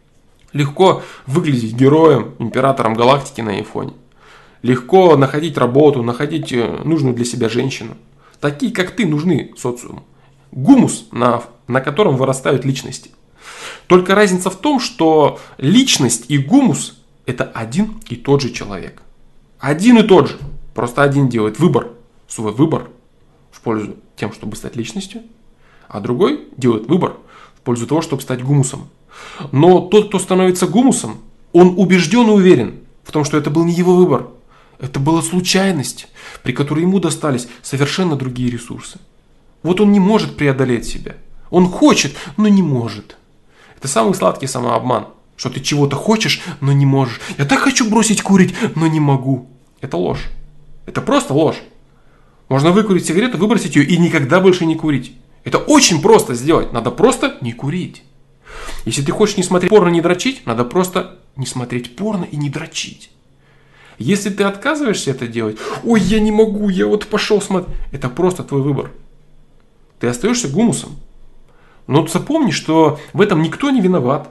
Легко выглядеть героем, императором галактики на их фоне. Легко находить работу, находить нужную для себя женщину. Такие, как ты, нужны социуму. Гумус, на, на котором вырастают личности. Только разница в том, что личность и гумус – это один и тот же человек. Один и тот же. Просто один делает выбор, свой выбор в пользу тем, чтобы стать личностью, а другой делает выбор в пользу того, чтобы стать гумусом. Но тот, кто становится гумусом, он убежден и уверен в том, что это был не его выбор. Это была случайность, при которой ему достались совершенно другие ресурсы. Вот он не может преодолеть себя. Он хочет, но не может. Это самый сладкий самообман. Что ты чего-то хочешь, но не можешь. Я так хочу бросить курить, но не могу. Это ложь. Это просто ложь. Можно выкурить сигарету, выбросить ее и никогда больше не курить. Это очень просто сделать. Надо просто не курить. Если ты хочешь не смотреть порно, не дрочить, надо просто не смотреть порно и не дрочить. Если ты отказываешься это делать: ой, я не могу, я вот пошел смотреть. Это просто твой выбор. Ты остаешься гумусом. Но запомни, что в этом никто не виноват.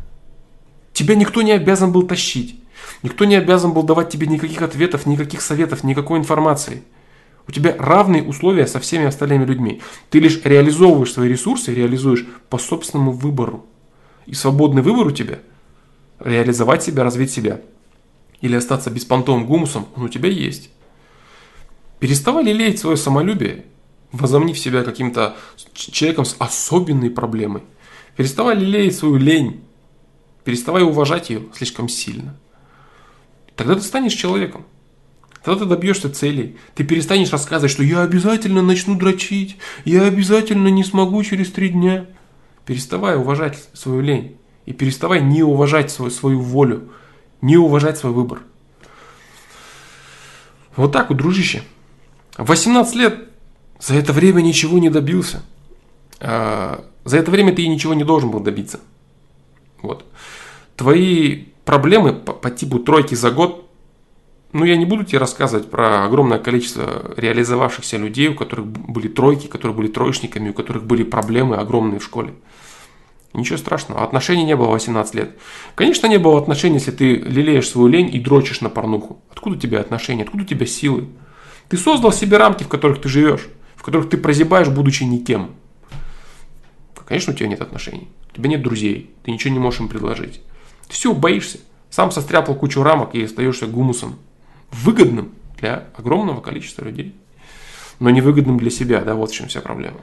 Тебя никто не обязан был тащить. Никто не обязан был давать тебе никаких ответов, никаких советов, никакой информации. У тебя равные условия со всеми остальными людьми. Ты лишь реализовываешь свои ресурсы, реализуешь по собственному выбору. И свободный выбор у тебя – реализовать себя, развить себя. Или остаться беспонтовым гумусом, он у тебя есть. Переставай лелеять свое самолюбие, возомнив себя каким-то человеком с особенной проблемой. Переставай лелеять свою лень. Переставай уважать ее слишком сильно. Тогда ты станешь человеком. Тогда ты добьешься целей. Ты перестанешь рассказывать, что я обязательно начну дрочить, я обязательно не смогу через три дня. Переставай уважать свою лень. И переставай не уважать свою, свою волю, не уважать свой выбор. Вот так вот, дружище. В восемнадцать лет за это время ничего не добился. За это время ты ничего не должен был добиться. Вот. Твои проблемы по, по типу тройки за год, ну, я не буду тебе рассказывать про огромное количество реализовавшихся людей, у которых были тройки, которые были троечниками, у которых были проблемы огромные в школе. Ничего страшного, отношений не было в восемнадцать лет. Конечно, не было отношений, если ты лелеешь свою лень и дрочишь на порнуху. Откуда у тебя отношения, откуда у тебя силы? Ты создал себе рамки, в которых ты живешь, в которых ты прозябаешь, будучи никем. Конечно, у тебя нет отношений, у тебя нет друзей, ты ничего не можешь им предложить. Ты все, боишься, сам состряпал кучу рамок и остаешься гумусом. Выгодным для огромного количества людей, но невыгодным для себя, да, вот в чем вся проблема.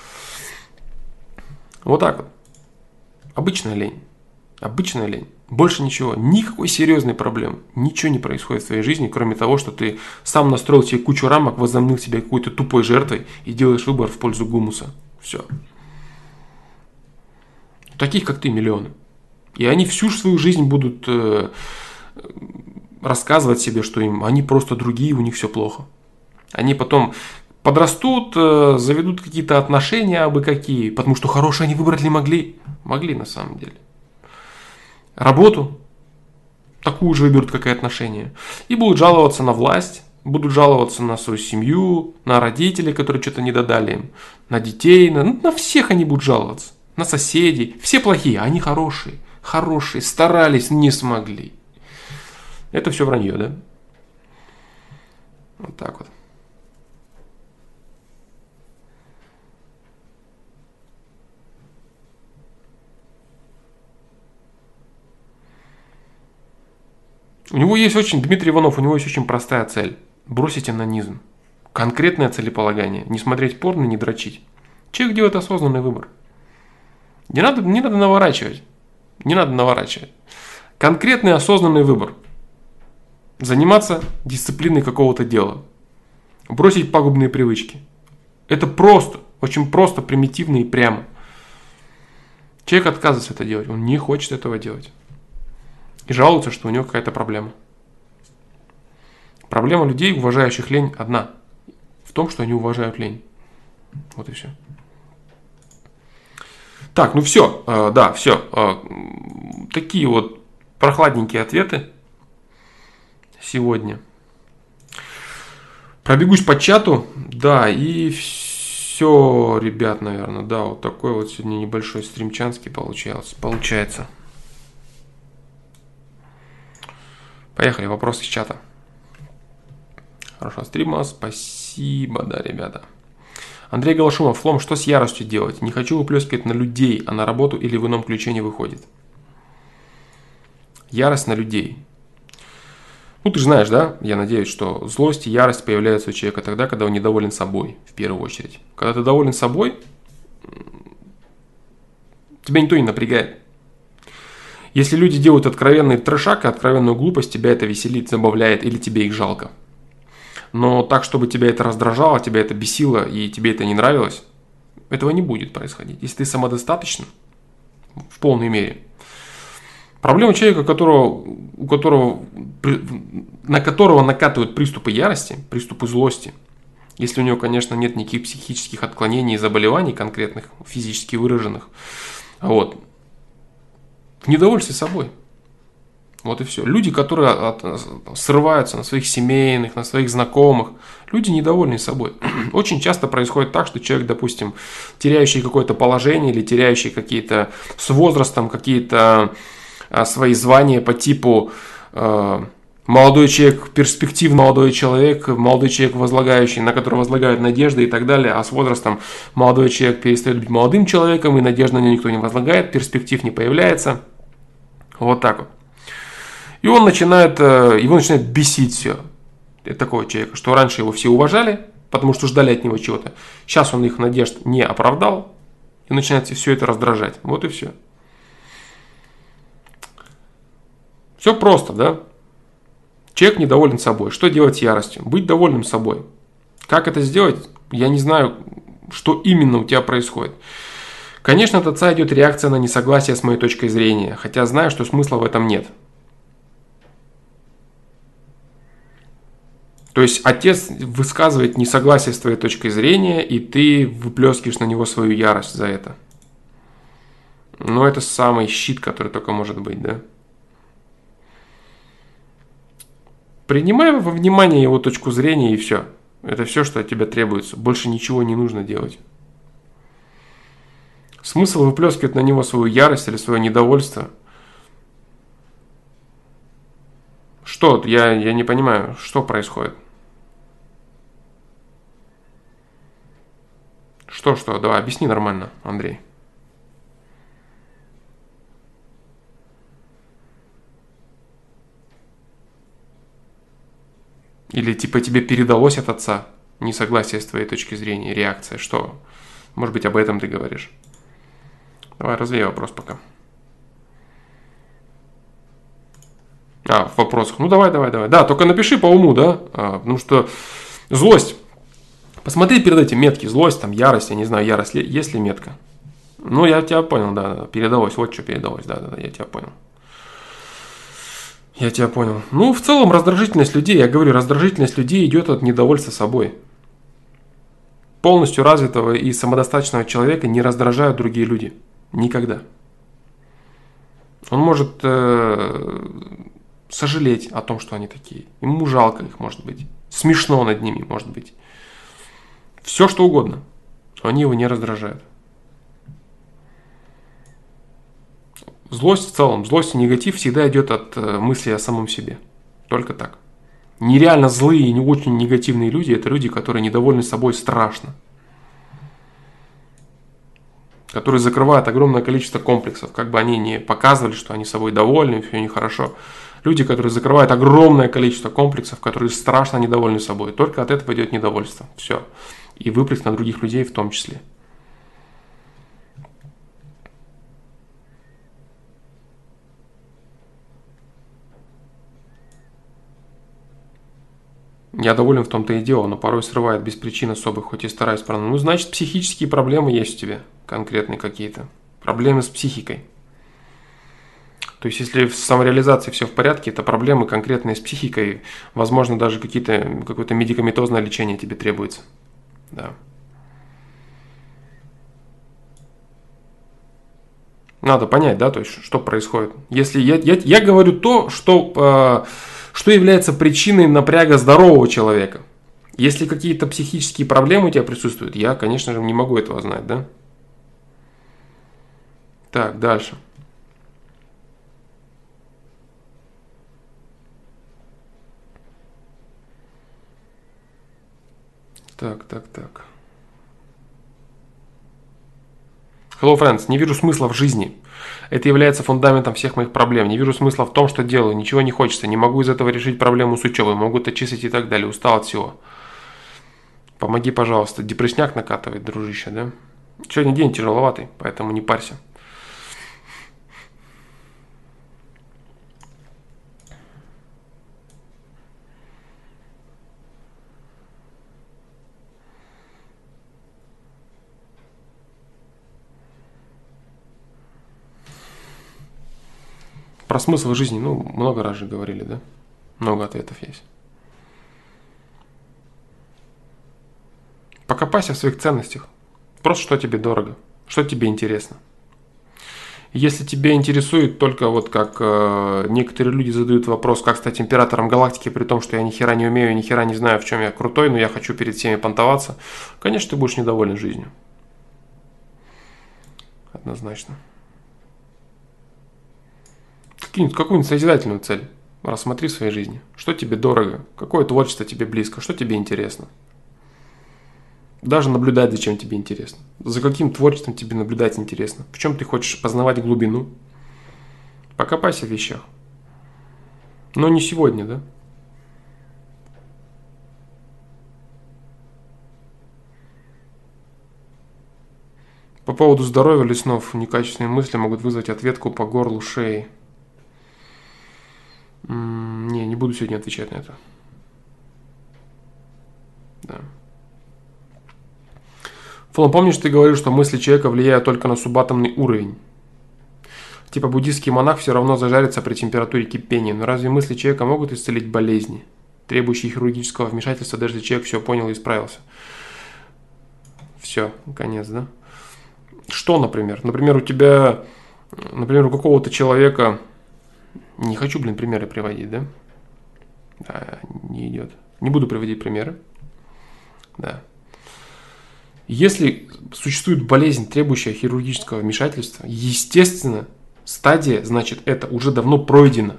Вот так вот. Обычная лень. Обычная лень. Больше ничего. Никакой серьезной проблемы. Ничего не происходит в твоей жизни, кроме того, что ты сам настроил себе кучу рамок, возомнил себя какой-то тупой жертвой и делаешь выбор в пользу гумуса. Все. Таких, как ты, миллионы. И они всю свою жизнь будут э, рассказывать себе, что им они просто другие, у них все плохо. Они потом подрастут, э, заведут какие-то отношения абы какие, потому что хорошие они выбрать не могли. Могли на самом деле. Работу такую же выберут, как и отношения. И будут жаловаться на власть, Будут жаловаться на свою семью, на родителей, которые что-то не додали им, на детей, на, ну, на всех они будут жаловаться, на соседей. Все плохие, а они хорошие, хорошие, старались, не смогли. Это все вранье, да? Вот так вот. У него есть очень, Дмитрий Иванов, у него есть очень простая цель. Бросить анонизм. Конкретное целеполагание. Не смотреть порно, не дрочить. Человек делает осознанный выбор. Не надо, не надо наворачивать. Не надо наворачивать. Конкретный осознанный выбор. Заниматься дисциплиной какого-то дела. Бросить пагубные привычки. Это просто, очень просто, примитивно и прямо. Человек отказывается это делать. Он не хочет этого делать. И жалуется, что у него какая-то проблема. Проблема людей, уважающих лень, одна. В том, что они уважают лень. Вот и все. Так, ну все. Э, да, все. Э, такие вот прохладненькие ответы сегодня. Пробегусь по чату. Да, и все, ребят, наверное. Да, вот такой вот сегодня небольшой стримчанский получался, получается. Поехали, вопросы из чата. Хорошо, стрима, спасибо, да, ребята. Андрей Голошумов, Флом, что с яростью делать? Не хочу выплескивать на людей, а на работу или в ином ключе не выходит. Ярость на людей. Ну, ты же знаешь, да, я надеюсь, что злость и ярость появляются у человека тогда, когда он недоволен собой, в первую очередь. Когда ты доволен собой, тебя никто не напрягает. Если люди делают откровенный трешак и откровенную глупость, тебя это веселит, забавляет или тебе их жалко. Но так, чтобы тебя это раздражало, тебя это бесило и тебе это не нравилось, этого не будет происходить. Если ты самодостаточен в полной мере. Проблема человека, которого, у которого, на которого накатывают приступы ярости, приступы злости, если у него, конечно, нет никаких психических отклонений и заболеваний конкретных, физически выраженных, вот, в недовольстве собой. Вот и все. Люди, которые от, срываются на своих семейных, на своих знакомых, люди недовольны собой. Очень часто происходит так, что человек, допустим, теряющий какое-то положение или теряющий какие-то с возрастом какие-то а, свои звания по типу а, молодой человек, перспективный молодой человек, молодой человек, возлагающий, на которого возлагают надежды и так далее, а с возрастом молодой человек перестает быть молодым человеком, и надежды на него никто не возлагает, перспектив не появляется. Вот так вот. И он начинает, его начинает бесить все. Это такого человека, что раньше его все уважали, потому что ждали от него чего-то. Сейчас он их надежд не оправдал, и начинает все это раздражать. Вот и все. Все просто, да? Человек недоволен собой. Что делать с яростью? Быть довольным собой. Как это сделать? Я не знаю, что именно у тебя происходит. Конечно, от отца идет реакция на несогласие с моей точкой зрения, хотя знаю, что смысла в этом нет. То есть отец высказывает несогласие с твоей точкой зрения, и ты выплескиваешь на него свою ярость за это. Но это самый щит, который только может быть, да? Принимай во внимание его точку зрения, и все. Это все, что от тебя требуется. Больше ничего не нужно делать. Смысл выплескивать на него свою ярость или свое недовольство? Что? Я, я не понимаю, что происходит. Что, что? Давай, объясни нормально, Андрей. Или типа тебе передалось от отца несогласие с твоей точки зрения, реакция? Что? Может быть, об этом ты говоришь? Давай, развей вопрос пока. А, в вопросах. Ну, давай, давай, давай. Да, только напиши по уму, да? А, потому что злость. Посмотри перед этим метки. Злость, там, ярость. Я не знаю, ярость, есть ли метка. Ну, я тебя понял, да, да. Передалось. Вот что передалось. Да, да, да, я тебя понял. Я тебя понял. Ну, в целом, раздражительность людей, я говорю, раздражительность людей идет от недовольства собой. Полностью развитого и самодостаточного человека не раздражают другие люди. Никогда. Он может э, сожалеть о том, что они такие. Ему жалко их, может быть. смешно над ними, может быть. Все что угодно. Они его не раздражают. Злость в целом, злость и негатив всегда идет от мысли о самом себе. Только так. Нереально злые и не очень негативные люди – это люди, которые недовольны собой страшно. Которые закрывают огромное количество комплексов, как бы они ни показывали, что они собой довольны, все нехорошо. Люди, которые закрывают огромное количество комплексов, которые страшно недовольны собой. Только от этого идет недовольство. Все. И выплеск на других людей в том числе. Я доволен в том-то и дело, но порой срывает без причин особых, хоть и стараюсь правильно. Ну, значит, психические проблемы есть у тебя, конкретные какие-то. Проблемы с психикой. То есть, если в самореализации все в порядке, это проблемы конкретные с психикой. Возможно, даже какие-то, какое-то медикаментозное лечение тебе требуется. Да. Надо понять, да, то есть, что происходит. Если я, я, я говорю то, что... Э, Что является причиной напряга здорового человека? Если какие-то психические проблемы у тебя присутствуют, я, конечно же, не могу этого знать, да? Так, дальше. Так, так, так. Hello, friends. Не вижу смысла в жизни. Это является фундаментом всех моих проблем. Не вижу смысла в том, что делаю. Ничего не хочется. Не могу из этого решить проблему с учебой. Могут отчислить и так далее. Устал от всего. Помоги, пожалуйста. Депрессняк накатывает, дружище, да? Сегодня день тяжеловатый, поэтому не парься. Про смысл жизни, ну, много раз же говорили, да? Много ответов есть. Покопайся в своих ценностях. Просто что тебе дорого, что тебе интересно. Если тебя интересует только вот как э, некоторые люди задают вопрос, как стать императором галактики, при том, что я ни хера не умею, ни хера не знаю, в чем я крутой, но я хочу перед всеми понтоваться, конечно, ты будешь недоволен жизнью. Однозначно. Какую-нибудь созидательную цель рассмотри в своей жизни. Что тебе дорого, какое творчество тебе близко, что тебе интересно. Даже наблюдать, зачем тебе интересно. За каким творчеством тебе наблюдать интересно. В чем ты хочешь познавать глубину. Покопайся в вещах. Но не сегодня, да? По поводу здоровья, Леснов, некачественные мысли могут вызвать ответку по горлу, шеи. Не, не буду сегодня отвечать на это. Да. Флом, помнишь, ты говорил, что мысли человека влияют только на субатомный уровень? Типа буддийский монах все равно зажарится при температуре кипения. Но разве мысли человека могут исцелить болезни, требующие хирургического вмешательства, даже если человек все понял и исправился? Все, конец, да? Что, например? Например, у тебя, например, у какого-то человека... Не хочу, блин, примеры приводить, да? Да, не идет. Не буду приводить примеры. Да. Если существует болезнь, требующая хирургического вмешательства, естественно, стадия, значит, это уже давно пройдено.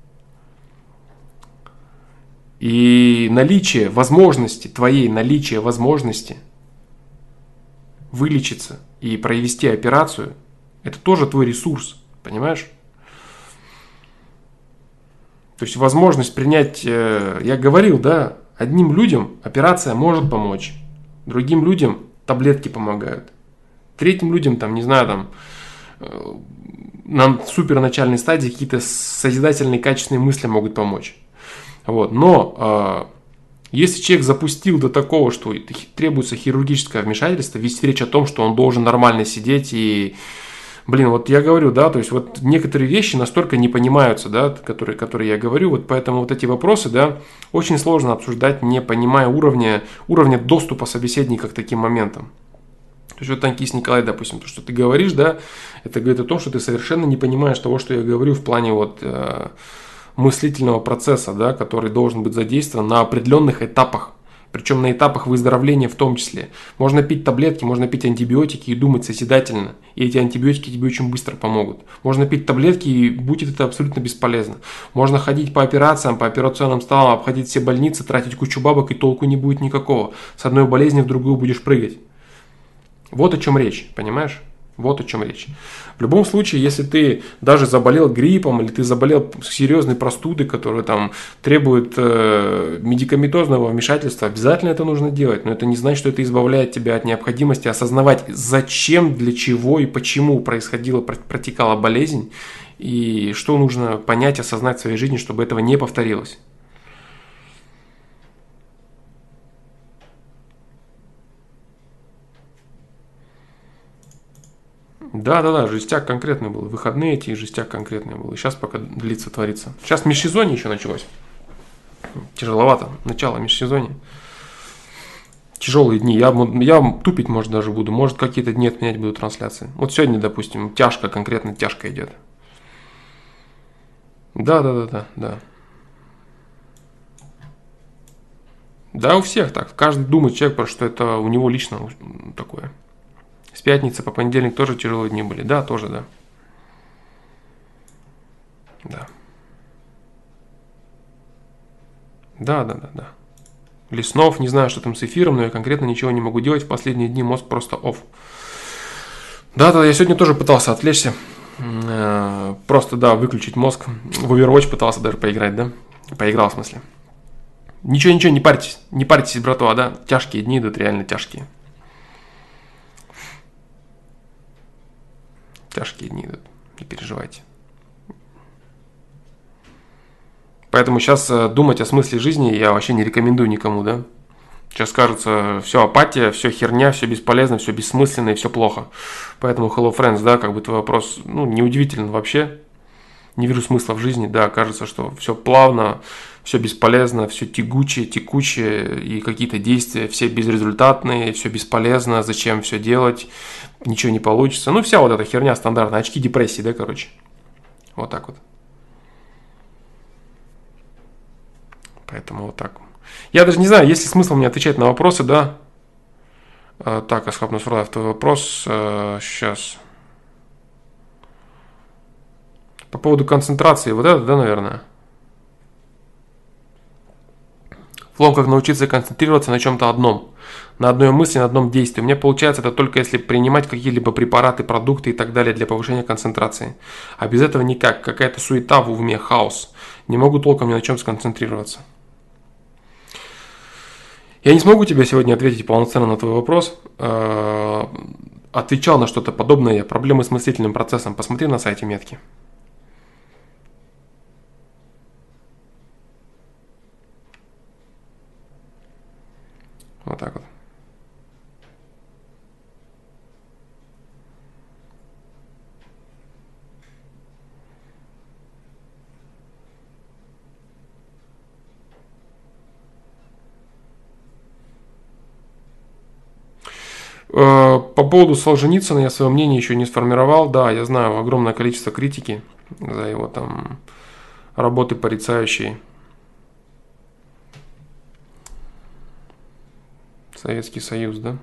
И наличие возможности, твоей наличие возможности вылечиться и провести операцию, это тоже твой ресурс, понимаешь? То есть возможность принять, я говорил, да, одним людям операция может помочь, другим людям таблетки помогают, третьим людям, там, не знаю, там, на суперначальной стадии какие-то созидательные, качественные мысли могут помочь. Вот. Но если человек запустил до такого, что требуется хирургическое вмешательство, вести речь о том, что он должен нормально сидеть и... Блин, вот я говорю, да, то есть вот некоторые вещи настолько не понимаются, да, которые, которые я говорю, вот поэтому вот эти вопросы, да, очень сложно обсуждать, не понимая уровня, уровня доступа собеседника к таким моментам. То есть вот Танкист Николай, допустим, то, что ты говоришь, да, это говорит о том, что ты совершенно не понимаешь того, что я говорю в плане вот э, мыслительного процесса, да, который должен быть задействован на определенных этапах. Причем на этапах выздоровления в том числе. Можно пить таблетки, можно пить антибиотики и думать созидательно. И эти антибиотики тебе очень быстро помогут. Можно пить таблетки, и будет это абсолютно бесполезно. Можно ходить по операциям, по операционным столам, обходить все больницы, тратить кучу бабок, и толку не будет никакого. С одной болезни в другую будешь прыгать. Вот о чем речь, понимаешь? Вот о чем речь. В любом случае, если ты даже заболел гриппом или ты заболел серьезной простудой, которая там требует э, медикаментозного вмешательства, обязательно это нужно делать. Но это не значит, что это избавляет тебя от необходимости осознавать, зачем, для чего и почему происходила, протекала болезнь, и что нужно понять, осознать в своей жизни, чтобы этого не повторилось. Да, да, да, жестяк конкретный был. Выходные эти жестяк конкретный был. И сейчас пока длится, творится. Сейчас межсезонье еще началось. Тяжеловато. Начало межсезонья. Тяжелые дни. Я, я тупить, может, даже буду. Может, какие-то дни отменять буду трансляции. Вот сегодня, допустим, тяжко, конкретно тяжко идет. Да, да, да, да, да. Да, у всех так. Каждый думает человек, потому что это у него лично такое. С пятницы по понедельник тоже тяжелые дни были. Да, тоже, да. Да. Да, да, да, да. Леснов, не знаю, что там с эфиром, но я конкретно ничего не могу делать. В последние дни мозг просто off. Да, да, я сегодня тоже пытался отвлечься. Просто, да, выключить мозг. В Overwatch пытался даже поиграть, да? Поиграл, в смысле. Ничего, ничего, не парьтесь. Не парьтесь, братва, да? Тяжкие дни идут, реально тяжкие. Тяжкие дни идут. Не переживайте. Поэтому сейчас думать о смысле жизни я вообще не рекомендую никому, да? Сейчас кажется, все апатия, все херня, все бесполезно, все бессмысленно и все плохо. Поэтому Hello Friends, да, как бы твой вопрос, ну, неудивителен вообще. Не вижу смысла в жизни, да, кажется, что все плавно, все бесполезно, все тягучее, текучее, и какие-то действия все безрезультатные, все бесполезно, зачем все делать, ничего не получится. Ну, вся вот эта херня стандартная, очки депрессии, да, короче. Вот так вот. Поэтому вот так. Я даже не знаю, есть ли смысл мне отвечать на вопросы, да? Так, Асхаб Насруллаев, твой вопрос сейчас. По поводу концентрации, вот это, да, наверное? Флом, как научиться концентрироваться на чем-то одном, на одной мысли, на одном действии. У меня получается это только если принимать какие-либо препараты, продукты и так далее для повышения концентрации. А без этого никак, какая-то суета в уме, хаос. Не могу толком ни на чем сконцентрироваться. Я не смогу тебе сегодня ответить полноценно на твой вопрос. Отвечал на что-то подобное. Проблемы с мыслительным процессом. Посмотри на сайте метки. Вот так вот. По поводу Солженицына я свое мнение еще не сформировал. Да, я знаю огромное количество критики за его там работы порицающие Советский Союз, да?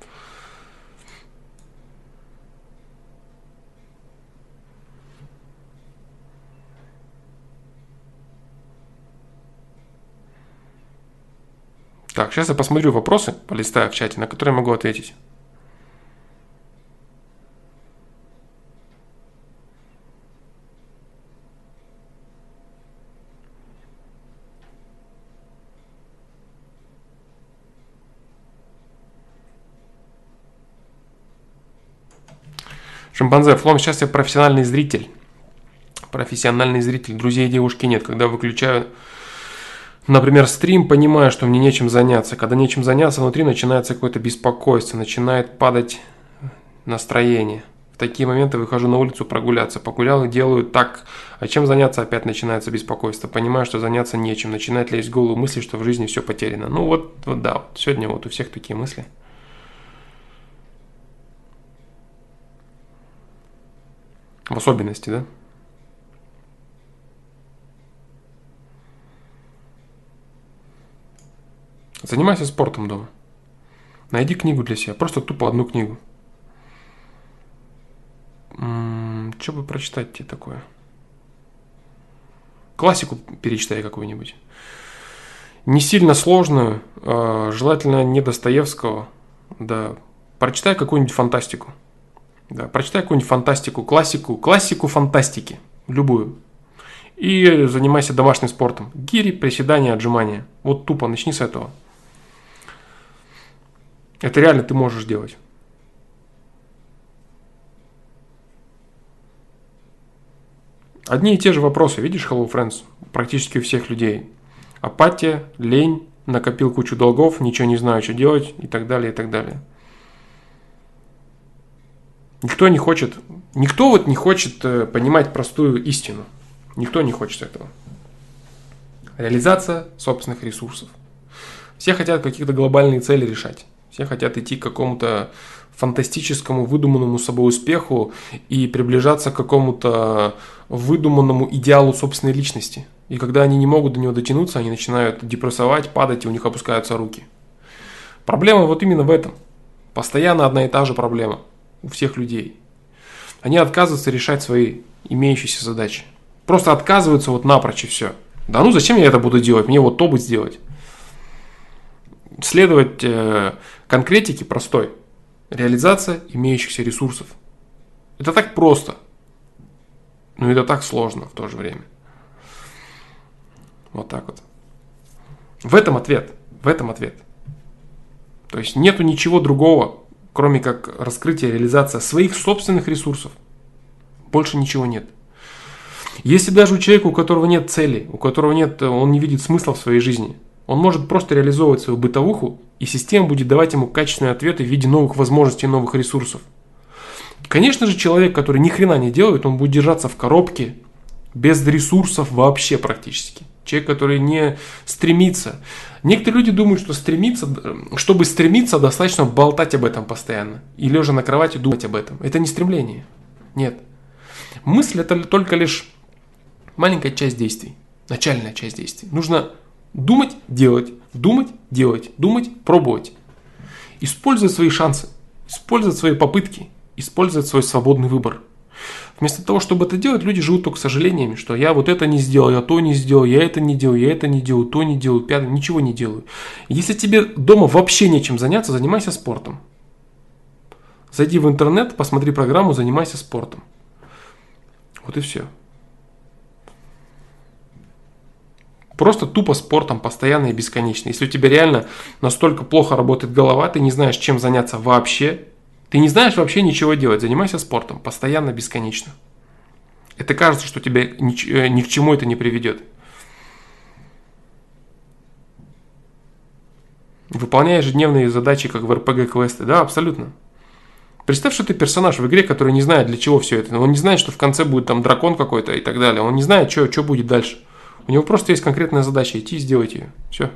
Так, сейчас я посмотрю вопросы, полистаю в чате, на которые могу ответить. Шимпанзе, Флом, сейчас я профессиональный зритель. Профессиональный зритель. Друзей и девушки нет. Когда выключаю, например, стрим, понимаю, что мне нечем заняться. Когда нечем заняться, внутри начинается какое-то беспокойство, начинает падать настроение. В такие моменты выхожу на улицу прогуляться. Погулял и делаю так. А чем заняться, опять начинается беспокойство. Понимаю, что заняться нечем. Начинает лезть в голову мысли, что в жизни все потеряно. Ну вот, вот да, вот сегодня вот у всех такие мысли. В особенности, да? Занимайся спортом дома. Найди книгу для себя. Просто тупо одну книгу. М-м, что бы прочитать тебе такое? Классику перечитай какую-нибудь. Не сильно сложную, э, желательно не Достоевского. Да. Прочитай какую-нибудь фантастику. Да, прочитай какую-нибудь фантастику, классику, классику фантастики. Любую. И занимайся домашним спортом. Гири, приседания, отжимания. Вот тупо начни с этого. Это реально ты можешь делать. Одни и те же вопросы, видишь, Hello Friends, практически у всех людей. Апатия, лень, накопил кучу долгов, ничего не знаю, что делать и так далее, и так далее. Никто не хочет, никто вот не хочет понимать простую истину. Никто не хочет этого. Реализация собственных ресурсов. Все хотят какие-то глобальные цели решать. Все хотят идти к какому-то фантастическому, выдуманному собой успеху и приближаться к какому-то выдуманному идеалу собственной личности. И когда они не могут до него дотянуться, они начинают депрессовать, падать, и у них опускаются руки. Проблема вот именно в этом. Постоянно одна и та же проблема у всех людей. Они отказываются решать свои имеющиеся задачи. Просто отказываются вот напрочь и все. Да ну зачем я это буду делать? Мне вот то бы сделать. Следовать э, конкретике простой. Реализация имеющихся ресурсов. Это так просто. Но это так сложно в то же время. Вот так вот. В этом ответ. В этом ответ. То есть нету ничего другого, кроме как раскрытие, реализация своих собственных ресурсов. Больше ничего нет. Если даже у человека, у которого нет цели, у которого нет, он не видит смысла в своей жизни, он может просто реализовывать свою бытовуху, и система будет давать ему качественные ответы в виде новых возможностей, новых ресурсов. Конечно же, человек, который ни хрена не делает, он будет держаться в коробке, без ресурсов вообще практически. Человек, который не стремится. Некоторые люди думают, что стремиться, чтобы стремиться, достаточно болтать об этом постоянно. И лежа на кровати думать об этом. Это не стремление. Нет. Мысль – это только лишь маленькая часть действий. Начальная часть действий. Нужно думать, делать, думать, делать, думать, пробовать. Использовать свои шансы, использовать свои попытки, использовать свой свободный выбор. Вместо того, чтобы это делать, люди живут только сожалениями, что я вот это не сделал, я то не сделал, я это не делаю, я это не делаю, то не делаю, пятое, ничего не делаю. Если тебе дома вообще нечем заняться, занимайся спортом. Зайди в интернет, посмотри программу, занимайся спортом. Вот и все. Просто тупо спортом, постоянно и бесконечно. Если у тебя реально настолько плохо работает голова, ты не знаешь, чем заняться вообще, ты не знаешь вообще ничего делать, занимайся спортом, постоянно, бесконечно. Это кажется, что тебя ни, ни к чему это не приведет. Выполняй ежедневные задачи, как в эр пэ гэ-квесты. Да, абсолютно. Представь, что ты персонаж в игре, который не знает, для чего все это. Он не знает, что в конце будет там дракон какой-то и так далее. Он не знает, что, что будет дальше. У него просто есть конкретная задача – идти и сделать ее. Все.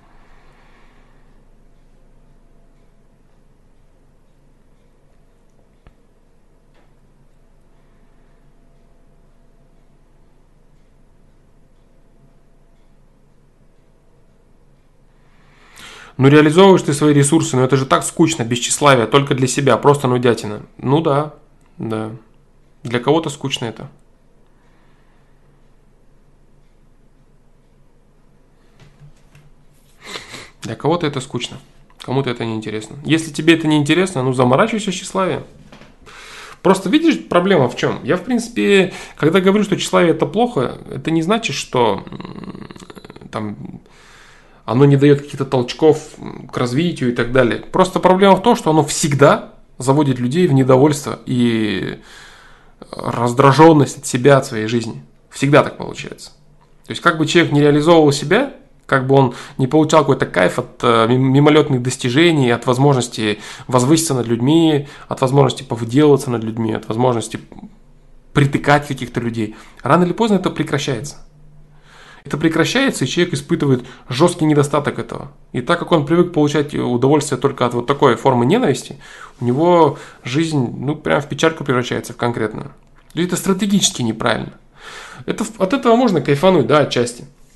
Ну, реализовываешь ты свои ресурсы, но это же так скучно, без тщеславия, только для себя, просто нудятина. Ну да, да. Для кого-то скучно это. Для кого-то это скучно, кому-то это неинтересно. Если тебе это неинтересно, ну заморачивайся тщеславием. Просто видишь, проблема в чем? Я, в принципе, когда говорю, что тщеславие это плохо, это не значит, что там оно не дает каких-то толчков к развитию и так далее. Просто проблема в том, что оно всегда заводит людей в недовольство и раздраженность от себя, от своей жизни. Всегда так получается. То есть, как бы человек не реализовывал себя, как бы он не получал какой-то кайф от мимолетных достижений, от возможности возвыситься над людьми, от возможности повыделываться над людьми, от возможности притыкать каких-то людей. Рано или поздно это прекращается. Это прекращается, и человек испытывает жесткий недостаток этого. И так как он привык получать удовольствие только от вот такой формы ненависти, у него жизнь, ну, прям в печальку превращается в конкретную. И это стратегически неправильно. Это, от этого можно кайфануть, да, отчасти.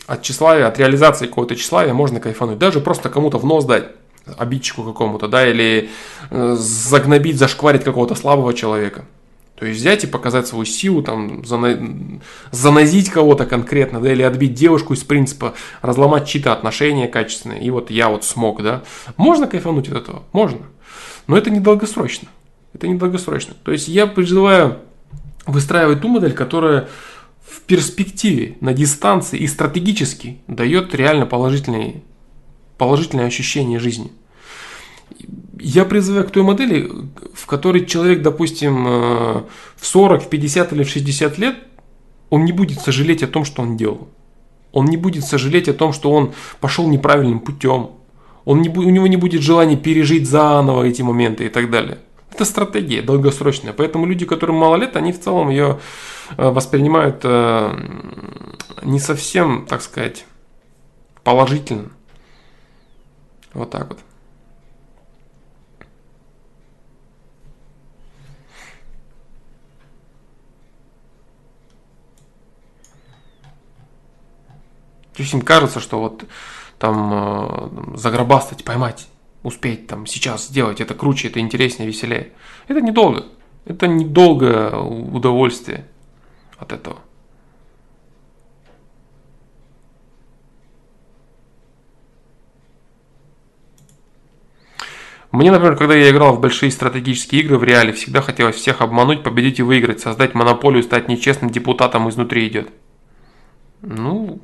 от тщеславия, от реализации какого-то тщеславия можно кайфануть. Даже просто кому-то в нос дать, обидчику какому-то, да, или э, загнобить, зашкварить какого-то слабого человека. То есть взять и показать свою силу, там, зана... занозить кого-то конкретно, да, или отбить девушку из принципа, разломать чьи-то отношения качественные, и вот я вот смог, да. Можно кайфануть от этого? Можно. Но это недолгосрочно. Это недолгосрочно. То есть я призываю выстраивать ту модель, которая в перспективе, на дистанции и стратегически дает реально положительные, положительные ощущения жизни. Я призываю к той модели, в которой человек, допустим, в сорок, в пятьдесят или в шестьдесят лет, он не будет сожалеть о том, что он делал. Он не будет сожалеть о том, что он пошел неправильным путем. Он не, у него не будет желания пережить заново эти моменты и так далее. Это стратегия долгосрочная. Поэтому люди, которым мало лет, они в целом ее воспринимают не совсем, так сказать, положительно. Вот так вот. То есть им кажется, что вот там э, загробастать, поймать, успеть там сейчас сделать, это круче, это интереснее, веселее. Это недолго. Это недолгое удовольствие от этого. Мне, например, когда я играл в большие стратегические игры в реале, всегда хотелось всех обмануть, победить и выиграть, создать монополию, стать нечестным депутатом изнутри идет. Ну...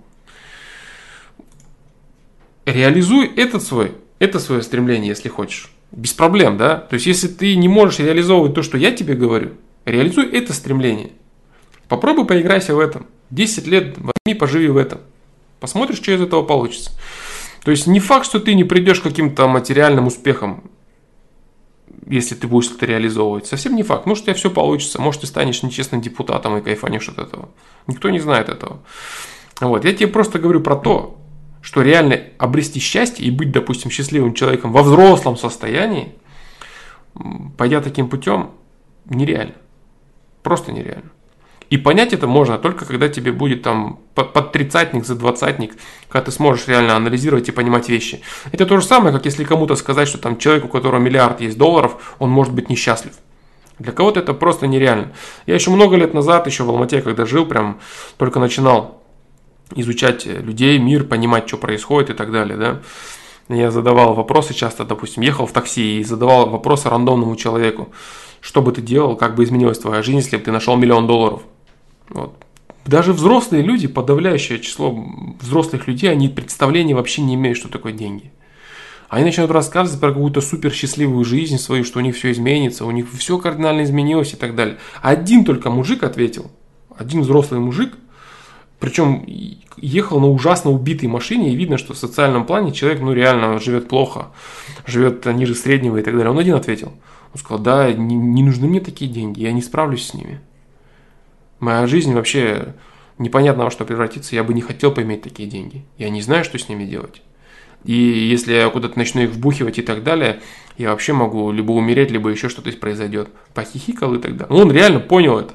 Реализуй этот свой, это свое стремление, если хочешь. Без проблем, да? То есть, если ты не можешь реализовывать то, что я тебе говорю, реализуй это стремление. Попробуй поиграйся в этом. десять лет, возьми, поживи в этом. Посмотришь, что из этого получится. То есть, не факт, что ты не придешь к каким-то материальным успехам, если ты будешь это реализовывать. Совсем не факт. Может, у тебя все получится. Может, ты станешь нечестным депутатом и кайфанешь от этого. Никто не знает этого. Вот. Я тебе просто говорю про то, что реально обрести счастье и быть, допустим, счастливым человеком во взрослом состоянии, пойдя таким путем, нереально. Просто нереально. И понять это можно только когда тебе будет там под, под тридцатник, за двадцатник, когда ты сможешь реально анализировать и понимать вещи. Это то же самое, как если кому-то сказать, что там человек, у которого миллиард есть долларов, он может быть несчастлив. Для кого-то это просто нереально. Я еще много лет назад, еще в Алмате, когда жил, прям только начинал изучать людей, мир, понимать, что происходит и так далее, да. Я задавал вопросы часто, допустим, ехал в такси и задавал вопросы рандомному человеку. Что бы ты делал, как бы изменилась твоя жизнь, если бы ты нашел миллион долларов? Вот. Даже взрослые люди, подавляющее число взрослых людей, они представления вообще не имеют, что такое деньги. Они начинают рассказывать про какую-то супер счастливую жизнь свою, что у них все изменится, у них все кардинально изменилось и так далее. Один только мужик ответил, один взрослый мужик, причем ехал на ужасно убитой машине, и видно, что в социальном плане человек, ну, реально живет плохо, живет ниже среднего и так далее. Он один ответил. Он сказал, да, не, не нужны мне такие деньги, я не справлюсь с ними. Моя жизнь вообще непонятно во что превратится, я бы не хотел поиметь такие деньги. Я не знаю, что с ними делать. И если я куда-то начну их вбухивать и так далее, я вообще могу либо умереть, либо еще что-то произойдет. Похихикал и так далее. Ну, он реально понял это.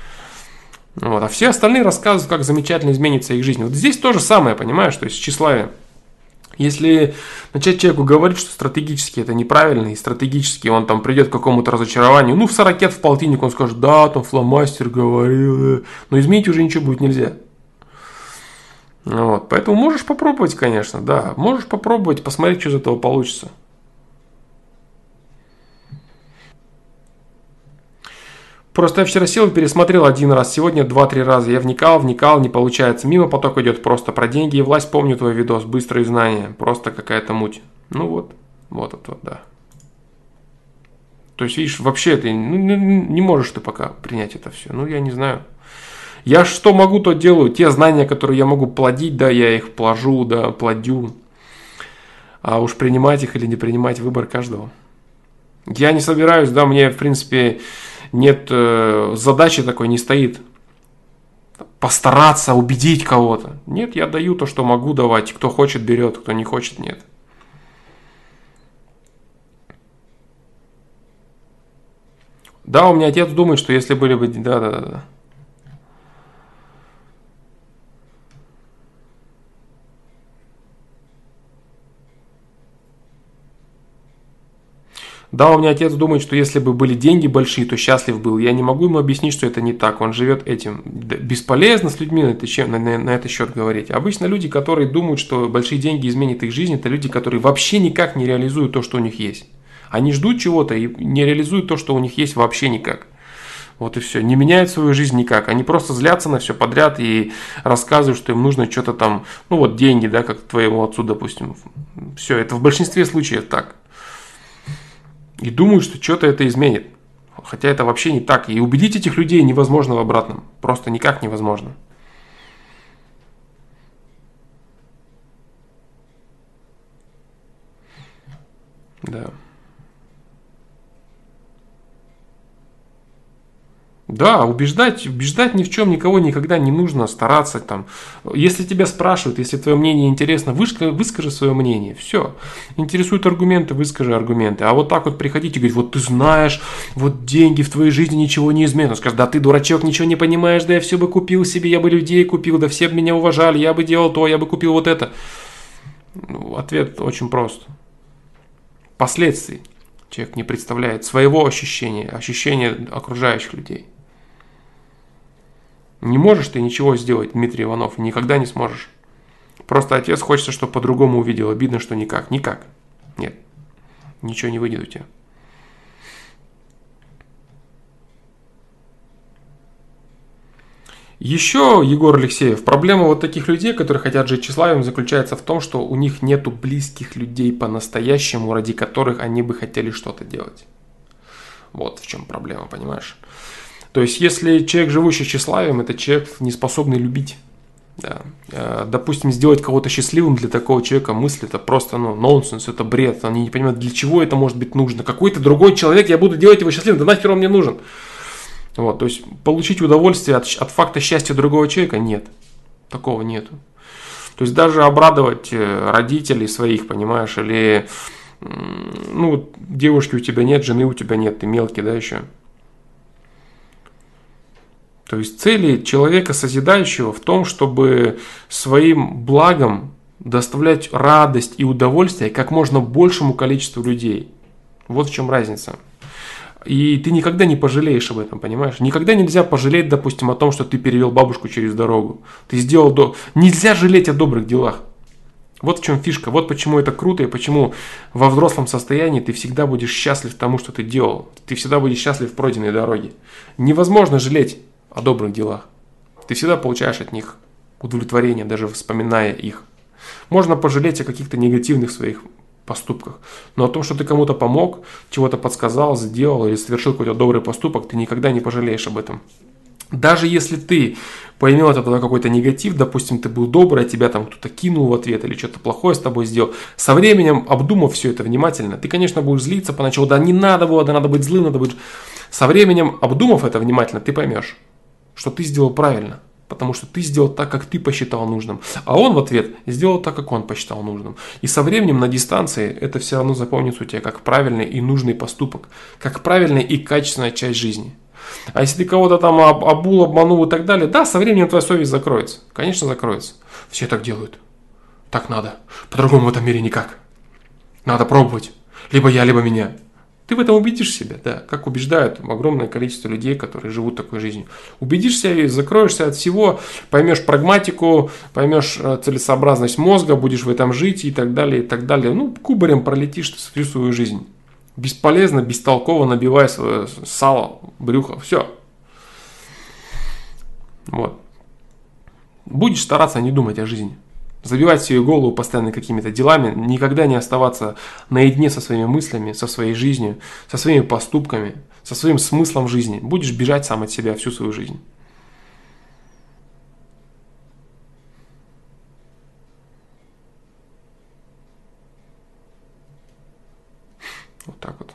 Вот. А все остальные рассказывают, как замечательно изменится их жизнь. Вот здесь то же самое, понимаешь, то есть тщеславие. Если начать человеку говорить, что стратегически это неправильно, и стратегически он там придет к какому-то разочарованию, ну, в сорокет, в полтинник он скажет, да, там фломастер говорил, но изменить уже ничего будет нельзя. Вот. Поэтому можешь попробовать, конечно, да, можешь попробовать, посмотреть, что из этого получится. Просто я вчера сел и пересмотрел один раз, сегодня два-три раза. Я вникал, вникал, не получается. Мимо поток идет просто про деньги и власть. Помню твой видос, быстрые знания. Просто какая-то муть. Ну вот, вот это вот, да. То есть, видишь, вообще ты ну, не можешь ты пока принять это все. Ну, я не знаю. Я что могу, то делаю. Те знания, которые я могу плодить, да, я их плажу, да, плодю. А уж принимать их или не принимать, выбор каждого. Я не собираюсь, да, мне, в принципе... Нет, э, задачи такой не стоит постараться убедить кого-то. Нет, я даю то, что могу давать. Кто хочет, берет, кто не хочет, нет. Да, у меня отец думает, что если были бы... Да, да, да, да. Да, у меня отец думает, что если бы были деньги большие, то счастлив был. Я не могу ему объяснить, что это не так. Он живет этим. Бесполезно с людьми на, это, на, на, на этот счет говорить. Обычно люди, которые думают, что большие деньги изменят их жизнь, это люди, которые вообще никак не реализуют то, что у них есть. Они ждут чего-то и не реализуют то, что у них есть вообще никак. Вот и все. Не меняют свою жизнь никак. Они просто злятся на все подряд и рассказывают, что им нужно что-то там, ну вот деньги, да, как твоему отцу, допустим. Все, это в большинстве случаев так. И думают, что что-то это изменит. Хотя это вообще не так. И убедить этих людей невозможно в обратном. Просто никак невозможно. Да. Да, убеждать, убеждать ни в чем никого никогда не нужно стараться там. Если тебя спрашивают, если твое мнение интересно, выскажи, выскажи свое мнение. Все. Интересуют аргументы, выскажи аргументы. А вот так вот приходить и говорить, вот ты знаешь, вот деньги в твоей жизни ничего не изменят. Он скажет, да ты дурачок, ничего не понимаешь, да я все бы купил себе, я бы людей купил, да все бы меня уважали, я бы делал то, я бы купил вот это. Ну, ответ очень прост. Последствий человек не представляет, своего ощущения, ощущения окружающих людей. Не можешь ты ничего сделать, Дмитрий Иванов, никогда не сможешь. Просто отец хочется, чтобы по-другому увидел. Обидно, что никак. Никак. Нет. Ничего не выйдет у тебя. Еще, Егор Алексеев, проблема вот таких людей, которые хотят жить тщеславием, заключается в том, что у них нету близких людей по-настоящему, ради которых они бы хотели что-то делать. Вот в чем проблема, понимаешь? То есть, если человек, живущий тщеславием, это человек, не способный любить. Да. Допустим, сделать кого-то счастливым для такого человека мысль, это просто ну, нонсенс, это бред. Они не понимают, для чего это может быть нужно. Какой-то другой человек, я буду делать его счастливым, да нахер он мне нужен. Вот, то есть, получить удовольствие от, от факта счастья другого человека нет. Такого нету. То есть, даже обрадовать родителей своих, понимаешь, или ну, девушки у тебя нет, жены у тебя нет, ты мелкий, да, еще. То есть цели человека созидающего в том, чтобы своим благом доставлять радость и удовольствие как можно большему количеству людей. Вот в чем разница. И ты никогда не пожалеешь об этом, понимаешь? Никогда нельзя пожалеть, допустим, о том, что ты перевел бабушку через дорогу. Ты сделал до... Нельзя жалеть о добрых делах. Вот в чем фишка. Вот почему это круто и почему во взрослом состоянии ты всегда будешь счастлив тому, что ты делал. Ты всегда будешь счастлив в пройденной дороге. Невозможно жалеть о добрых делах. Ты всегда получаешь от них удовлетворение, даже вспоминая их. Можно пожалеть о каких-то негативных своих поступках, но о том, что ты кому-то помог, чего-то подсказал, сделал или совершил какой-то добрый поступок, ты никогда не пожалеешь об этом. Даже если ты поймел от этого какой-то негатив, допустим, ты был добрый, а тебя там кто-то кинул в ответ или что-то плохое с тобой сделал, со временем, обдумав все это внимательно, ты, конечно, будешь злиться поначалу, да не надо было, да надо быть злым, надо быть... Со временем, обдумав это внимательно, ты поймешь, что ты сделал правильно, потому что ты сделал так, как ты посчитал нужным, а он в ответ сделал так, как он посчитал нужным. И со временем на дистанции это все равно запомнится у тебя как правильный и нужный поступок, как правильная и качественная часть жизни. А если ты кого-то там обул, обманул и так далее, да, со временем твоя совесть закроется. Конечно, закроется. Все так делают. Так надо. По-другому в этом мире никак. Надо пробовать. Либо я, либо меня. Ты в этом убедишь себя, да, как убеждают огромное количество людей, которые живут такой жизнью. Убедишься и закроешься от всего, поймешь прагматику, поймешь целесообразность мозга, будешь в этом жить и так далее, и так далее. Ну, кубарем пролетишь всю свою жизнь. Бесполезно, бестолково набивая свое сало, брюхо, все. Вот. Будешь стараться не думать о жизни. Забивать себе голову постоянно какими-то делами, никогда не оставаться наедине со своими мыслями, со своей жизнью, со своими поступками, со своим смыслом жизни. Будешь бежать сам от себя всю свою жизнь. Вот так вот.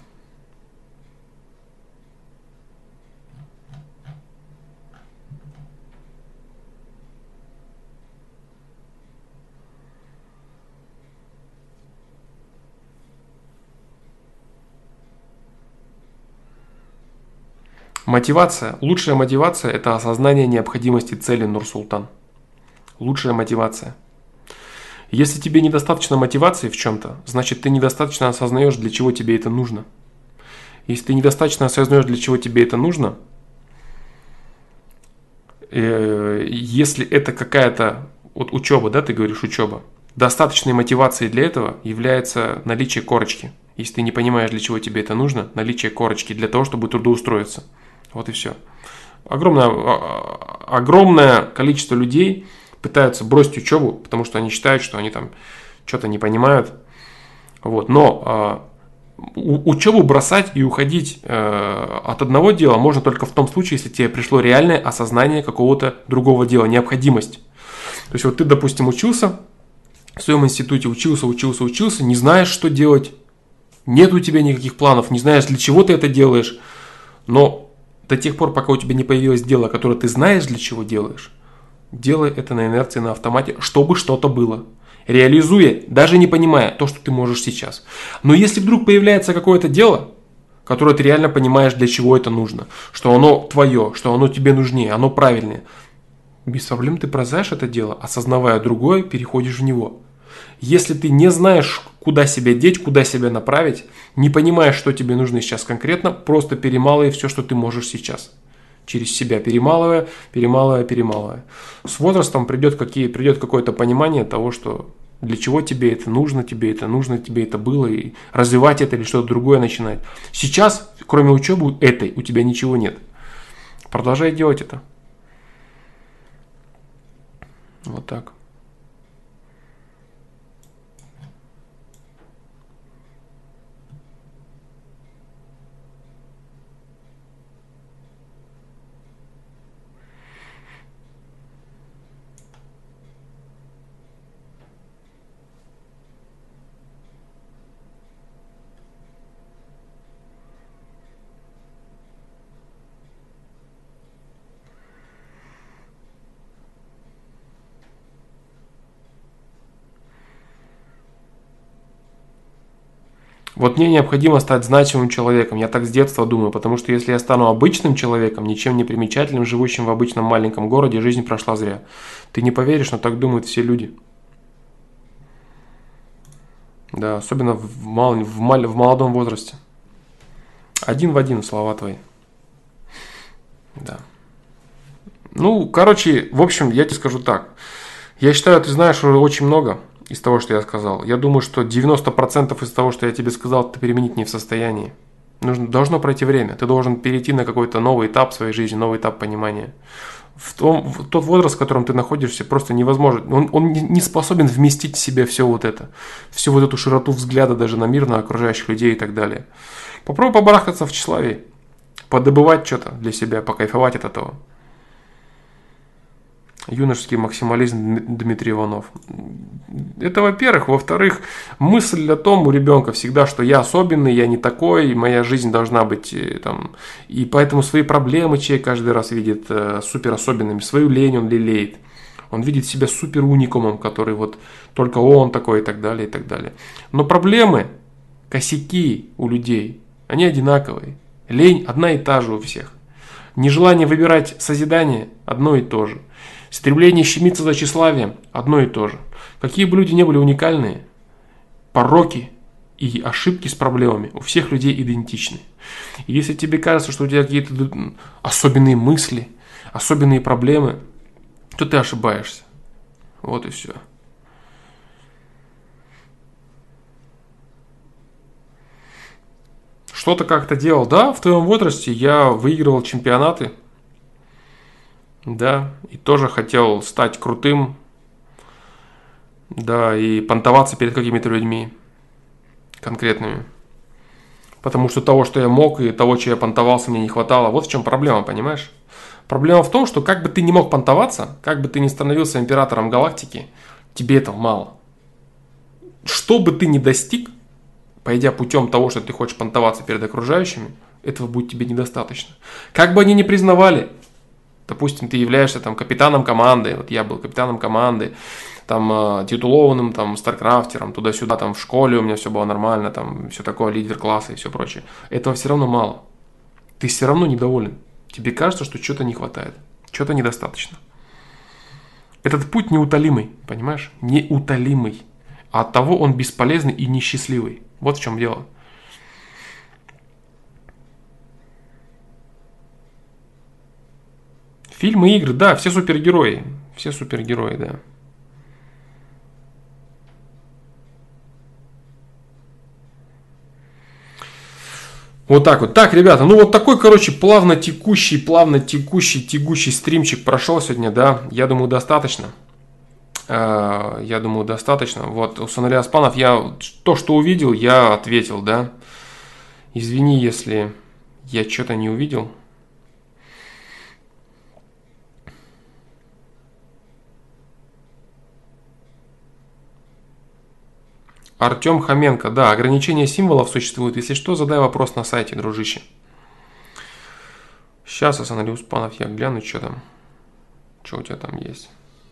Мотивация. Лучшая мотивация – это осознание необходимости цели, Нурсултан. Лучшая мотивация. Если тебе недостаточно мотивации в чем-то, значит ты недостаточно осознаешь, для чего тебе это нужно. Если ты недостаточно осознаешь, для чего тебе это нужно, э, если это какая-то вот учеба, да, ты говоришь учеба, достаточной мотивацией для этого является наличие корочки. Если ты не понимаешь, для чего тебе это нужно, наличие корочки для того, чтобы трудоустроиться. Вот и все. Огромное, огромное количество людей пытаются бросить учебу, потому что они считают, что они там что-то не понимают. Вот. Но э, учебу бросать и уходить э, от одного дела можно только в том случае, если тебе пришло реальное осознание какого-то другого дела, необходимость. То есть вот ты, допустим, учился, в своем институте учился, учился, учился, не знаешь, что делать, нет у тебя никаких планов, не знаешь, для чего ты это делаешь, но до тех пор, пока у тебя не появилось дело, которое ты знаешь, для чего делаешь, делай это на инерции, на автомате, чтобы что-то было. Реализуя, даже не понимая то, что ты можешь сейчас. Но если вдруг появляется какое-то дело, которое ты реально понимаешь, для чего это нужно, что оно твое, что оно тебе нужнее, оно правильнее, без проблем ты бросаешь это дело, осознавая другое, переходишь в него. Если ты не знаешь, куда себя деть, куда себя направить, не понимаешь, что тебе нужно сейчас конкретно, просто перемалывай все, что ты можешь сейчас. Через себя перемалывая, перемалывая, перемалывая. С возрастом придет, какие, придет какое-то понимание того, что для чего тебе это нужно, тебе это нужно, тебе это было, и развивать это или что-то другое начинать. Сейчас, кроме учебы этой, у тебя ничего нет. Продолжай делать это. Вот так. Вот мне необходимо стать значимым человеком, я так с детства думаю, потому что если я стану обычным человеком, ничем не примечательным, живущим в обычном маленьком городе, жизнь прошла зря. Ты не поверишь, но так думают все люди. Да, особенно в, мал, в, мал, в молодом возрасте. Один в один слова твои. Да. Ну, короче, в общем, я тебе скажу так. Я считаю, ты знаешь уже очень много из того, что я сказал. Я думаю, что девяносто процентов из того, что я тебе сказал, ты применить не в состоянии. Нужно, должно пройти время. Ты должен перейти на какой-то новый этап своей жизни, новый этап понимания. В, том, в тот возраст, в котором ты находишься, просто невозможно. Он, он не способен вместить в себя все вот это. Всю вот эту широту взгляда даже на мир, на окружающих людей и так далее. Попробуй побарахтаться в тщеславии. Подобывать что-то для себя, покайфовать от этого. Юношеский максимализм Дмитрий Иванов. Это во-первых. Во-вторых, мысль о том у ребенка всегда, что я особенный, я не такой, моя жизнь должна быть там. И поэтому свои проблемы человек каждый раз видит э, супер особенными. Свою лень он лелеет. Он видит себя супер уникумом, который вот только он такой и так далее, и так далее. Но проблемы, косяки у людей, они одинаковые. Лень одна и та же у всех. Нежелание выбирать созидание одно и то же. Стремление щемиться за тщеславием одно и то же. Какие бы люди ни были уникальные, пороки и ошибки с проблемами у всех людей идентичны. И если тебе кажется, что у тебя какие-то особенные мысли, особенные проблемы, то ты ошибаешься. Вот и все. Что-то как-то делал. Да, в твоем возрасте я выигрывал чемпионаты. Да, и тоже хотел стать крутым. Да, и понтоваться перед какими-то людьми конкретными. Потому что того, что я мог, и того, что я понтовался, мне не хватало. Вот в чем проблема, понимаешь? Проблема в том, что как бы ты ни мог понтоваться, как бы ты ни становился императором галактики, тебе этого мало. Что бы ты ни достиг, пойдя путем того, что ты хочешь понтоваться перед окружающими, этого будет тебе недостаточно. Как бы они ни признавали, допустим, ты являешься там капитаном команды, вот я был капитаном команды, там титулованным там старкрафтером, туда-сюда, там в школе у меня все было нормально, там все такое, лидер класса и все прочее. Этого все равно мало. Ты все равно недоволен. Тебе кажется, что что-то не хватает, что-то недостаточно. Этот путь неутолимый, понимаешь? Неутолимый. А оттого он бесполезный и несчастливый. Вот в чем дело. Фильмы, игры, да, все супергерои. Все супергерои, да. Вот так вот. Так, ребята, ну вот такой, короче, плавно текущий, плавно текущий, тягущий стримчик прошел сегодня, да. Я думаю, достаточно. Я думаю, достаточно. Вот, у Санари Аспанов я то, что увидел, я ответил, да. Извини, если я что-то не увидел. Артем Хоменко, да, ограничения символов существуют. Если что, задай вопрос на сайте, дружище. Сейчас, Санари Аспанов, я гляну, что там. Что у тебя там есть.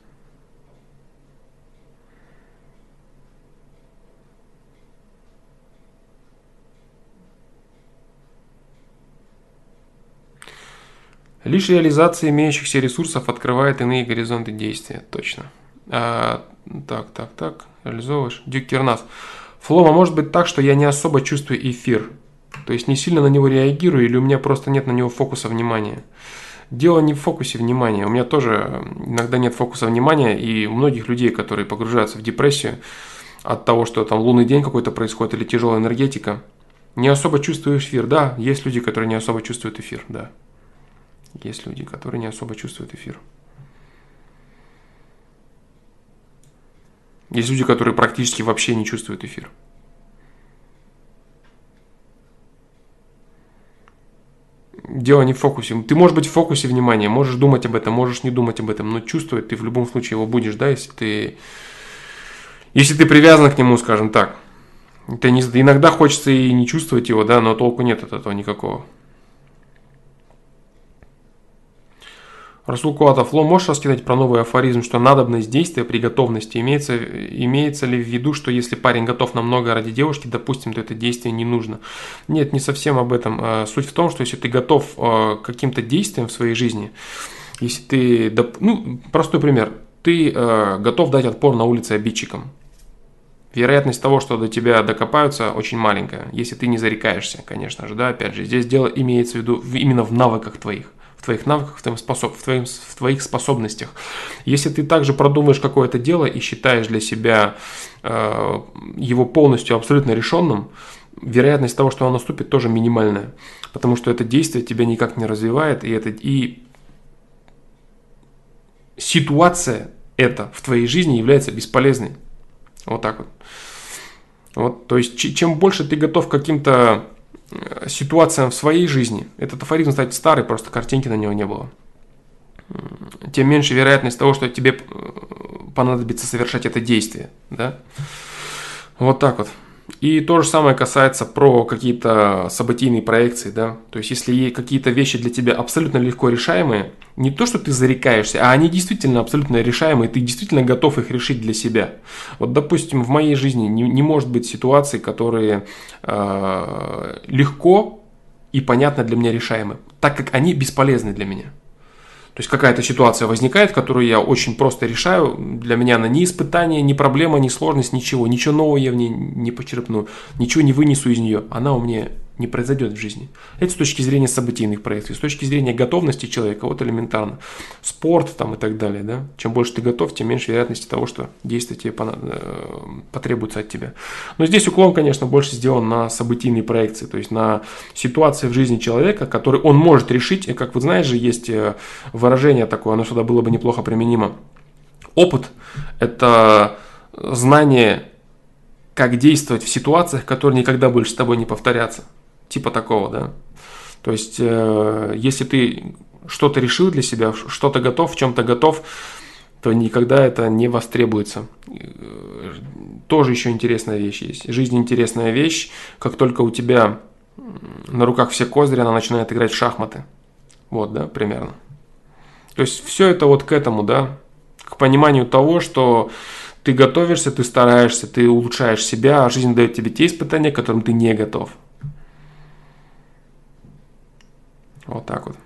Лишь реализация имеющихся ресурсов открывает иные горизонты действия. Точно. А, так, так, так. Реализовываешь. Дюк Кернас. Флома, может быть так, что я не особо чувствую эфир. То есть не сильно на него реагирую, или у меня просто нет на него фокуса внимания. Дело не в фокусе внимания. У меня тоже иногда нет фокуса внимания. И у многих людей, которые погружаются в депрессию от того, что там лунный день какой-то происходит или тяжелая энергетика, не особо чувствую эфир. Да, есть люди, которые не особо чувствуют эфир, да. Есть люди, которые не особо чувствуют эфир. Есть люди, которые практически вообще не чувствуют эфир. Дело не в фокусе. Ты можешь быть в фокусе внимания, можешь думать об этом, можешь не думать об этом, но чувствовать ты в любом случае его будешь, да, если ты, если ты привязан к нему, скажем так. Это не, иногда хочется и не чувствовать его, да, но толку нет от этого никакого. Расул Куатов, Ло, можешь рассказать про новый афоризм, что надобность действия при готовности? Имеется, имеется ли в виду, что если парень готов на много ради девушки, допустим, то это действие не нужно? Нет, не совсем об этом. Суть в том, что если ты готов к каким-то действиям в своей жизни, если ты, ну, простой пример, ты готов дать отпор на улице обидчикам, вероятность того, что до тебя докопаются, очень маленькая, если ты не зарекаешься, конечно же, да, опять же, здесь дело имеется в виду именно в навыках твоих. В твоих навыках, в, твоим способ, в, твоим, в твоих способностях. Если ты также продумаешь какое-то дело и считаешь для себя э, его полностью абсолютно решенным, вероятность того, что оно наступит, тоже минимальная. Потому что это действие тебя никак не развивает, и, это, и ситуация эта в твоей жизни является бесполезной. Вот так вот. Вот, то есть, чем больше ты готов к каким-то ситуациям в своей жизни, этот афоризм, кстати, старый, просто картинки на него не было, тем меньше вероятность того, что тебе понадобится совершать это действие. Да? Вот так вот. И то же самое касается про какие-то событийные проекции, да, то есть если какие-то вещи для тебя абсолютно легко решаемые, не то, что ты зарекаешься, а они действительно абсолютно решаемые, ты действительно готов их решить для себя. Вот, допустим, в моей жизни не, не может быть ситуаций, которые э, легко и понятно для меня решаемы, так как они бесполезны для меня. То есть какая-то ситуация возникает, которую я очень просто решаю. Для меня она ни испытание, ни проблема, ни сложность, ничего. Ничего нового я в ней не почерпну, ничего не вынесу из нее. Она у меня не произойдет в жизни. Это с точки зрения событийных проектов, с точки зрения готовности человека, вот элементарно. Спорт там и так далее. Да? Чем больше ты готов, тем меньше вероятности того, что действие тебе потребуется от тебя. Но здесь уклон, конечно, больше сделан на событийные проекции, то есть на ситуации в жизни человека, которые он может решить. И, как вы знаете же, есть выражение такое, оно сюда было бы неплохо применимо. Опыт – это знание, как действовать в ситуациях, которые никогда больше с тобой не повторятся. Типа такого, да. То есть, э, если ты что-то решил для себя, что-то готов, в чем-то готов, то никогда это не востребуется. Тоже еще интересная вещь есть. Жизнь интересная вещь. Как только у тебя на руках все козыри, она начинает играть в шахматы. Вот, да, примерно. То есть, все это вот к этому, да, к пониманию того, что ты готовишься, ты стараешься, ты улучшаешь себя, а жизнь дает тебе те испытания, к которым ты не готов. Вот так вот.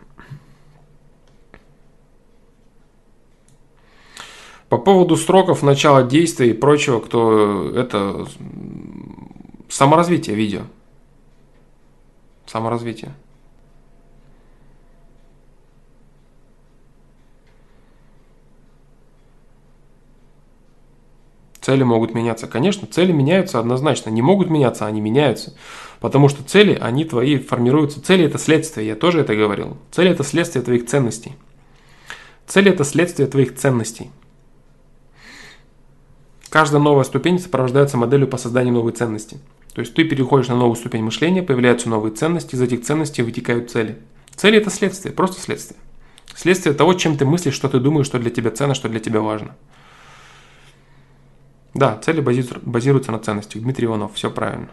По поводу сроков начала действия и прочего, кто это саморазвитие видео. Саморазвитие. Цели могут меняться. Конечно, цели меняются однозначно. Не могут меняться, они меняются. Потому что цели, они твои формируются. Цели – это следствие, я тоже это говорил. Цели – это следствие твоих ценностей. Цели – это следствие твоих ценностей. Каждая новая ступень сопровождается моделью по созданию новой ценности. То есть ты переходишь на новую ступень мышления, появляются новые ценности, из этих ценностей вытекают цели. Цели – это следствие, просто следствие. Следствие того, чем ты мыслишь, что ты думаешь, что для тебя ценно, что для тебя важно. Да, цели базируются на ценностях. Дмитрий Иванов, все правильно.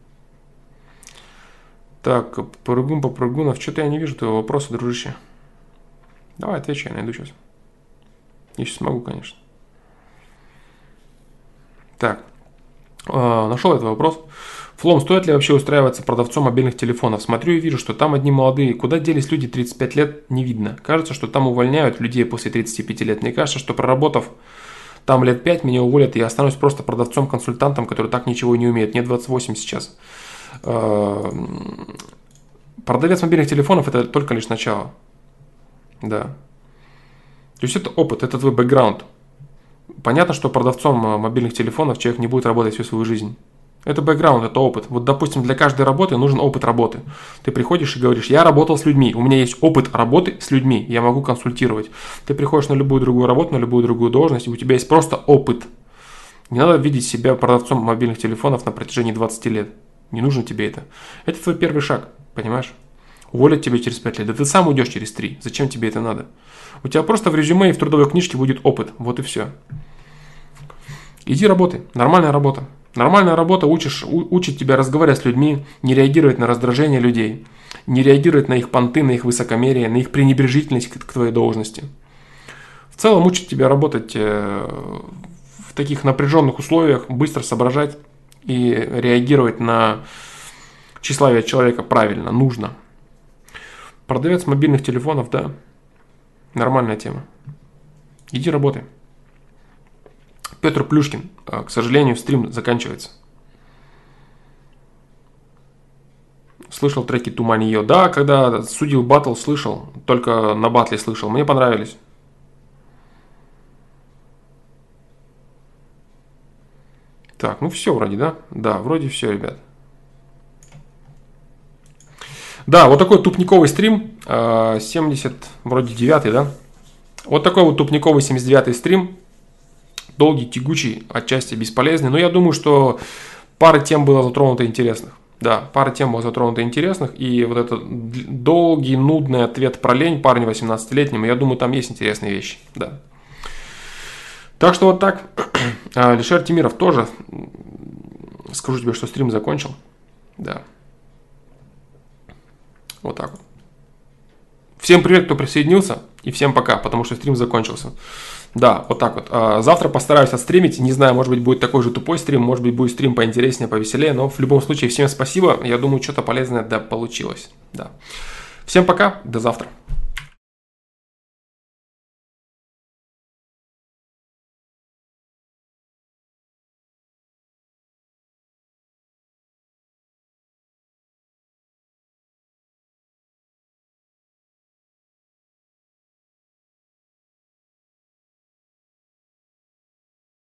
Так, Прыгун по Прыгунов, что-то я не вижу твоего вопроса, дружище. Давай, отвечай, найду сейчас. Если смогу, конечно. Так, э, нашел этот вопрос. Флом, стоит ли вообще устраиваться продавцом мобильных телефонов? Смотрю и вижу, что там одни молодые. Куда делись люди тридцать пять лет, не видно. Кажется, что там увольняют людей после тридцати пяти лет. Мне кажется, что проработав там лет пять, меня уволят, и я останусь просто продавцом-консультантом, который так ничего и не умеет. Мне двадцать восемь сейчас. Продавец мобильных телефонов – это только лишь начало. Да. То есть это опыт, это твой бэкграунд. Понятно, что продавцом мобильных телефонов человек не будет работать всю свою жизнь. Это бэкграунд, это опыт. Вот, допустим, для каждой работы нужен опыт работы. Ты приходишь и говоришь, я работал с людьми, у меня есть опыт работы с людьми, я могу консультировать. Ты приходишь на любую другую работу, на любую другую должность, и у тебя есть просто опыт. Не надо видеть себя продавцом мобильных телефонов на протяжении двадцати лет. Не нужно тебе это. Это твой первый шаг, понимаешь? Уволят тебя через пять лет, да ты сам уйдешь через три. Зачем тебе это надо? У тебя просто в резюме и в трудовой книжке будет опыт. Вот и все. Иди работай. Нормальная работа. Нормальная работа учишь, у, учит тебя разговаривать с людьми, не реагировать на раздражение людей, не реагировать на их понты, на их высокомерие, на их пренебрежительность к, к твоей должности. В целом учит тебя работать э, в таких напряженных условиях, быстро соображать и реагировать на тщеславие человека правильно, нужно. Продавец мобильных телефонов, да, нормальная тема. Иди работай. Петр Плюшкин, к сожалению, стрим заканчивается. Слышал треки Туманио. Да, когда судил батл, слышал. Только на батле слышал. Мне понравились. Так, ну все вроде, да? Да, вроде все, ребят. Да, вот такой тупниковый стрим. семьдесят, вроде девятый, да? Вот такой вот тупниковый семьдесят девятый стрим. Долгий, тягучий, отчасти бесполезный. Но я думаю, что пара тем было затронуто интересных. Да, пара тем было затронуто интересных. И вот этот долгий, нудный ответ про лень парню восемнадцатилетнему, я думаю, там есть интересные вещи. Да. Так что вот так. Алишер Тимиров тоже. Скажу тебе, что стрим закончил. Да. Вот так вот. Всем привет, кто присоединился. И всем пока, потому что стрим закончился. Да, вот так вот. Завтра постараюсь отстримить. Не знаю, может быть, будет такой же тупой стрим, может быть, будет стрим поинтереснее, повеселее. Но в любом случае, всем спасибо. Я думаю, что-то полезное да получилось. Да. Всем пока, до завтра.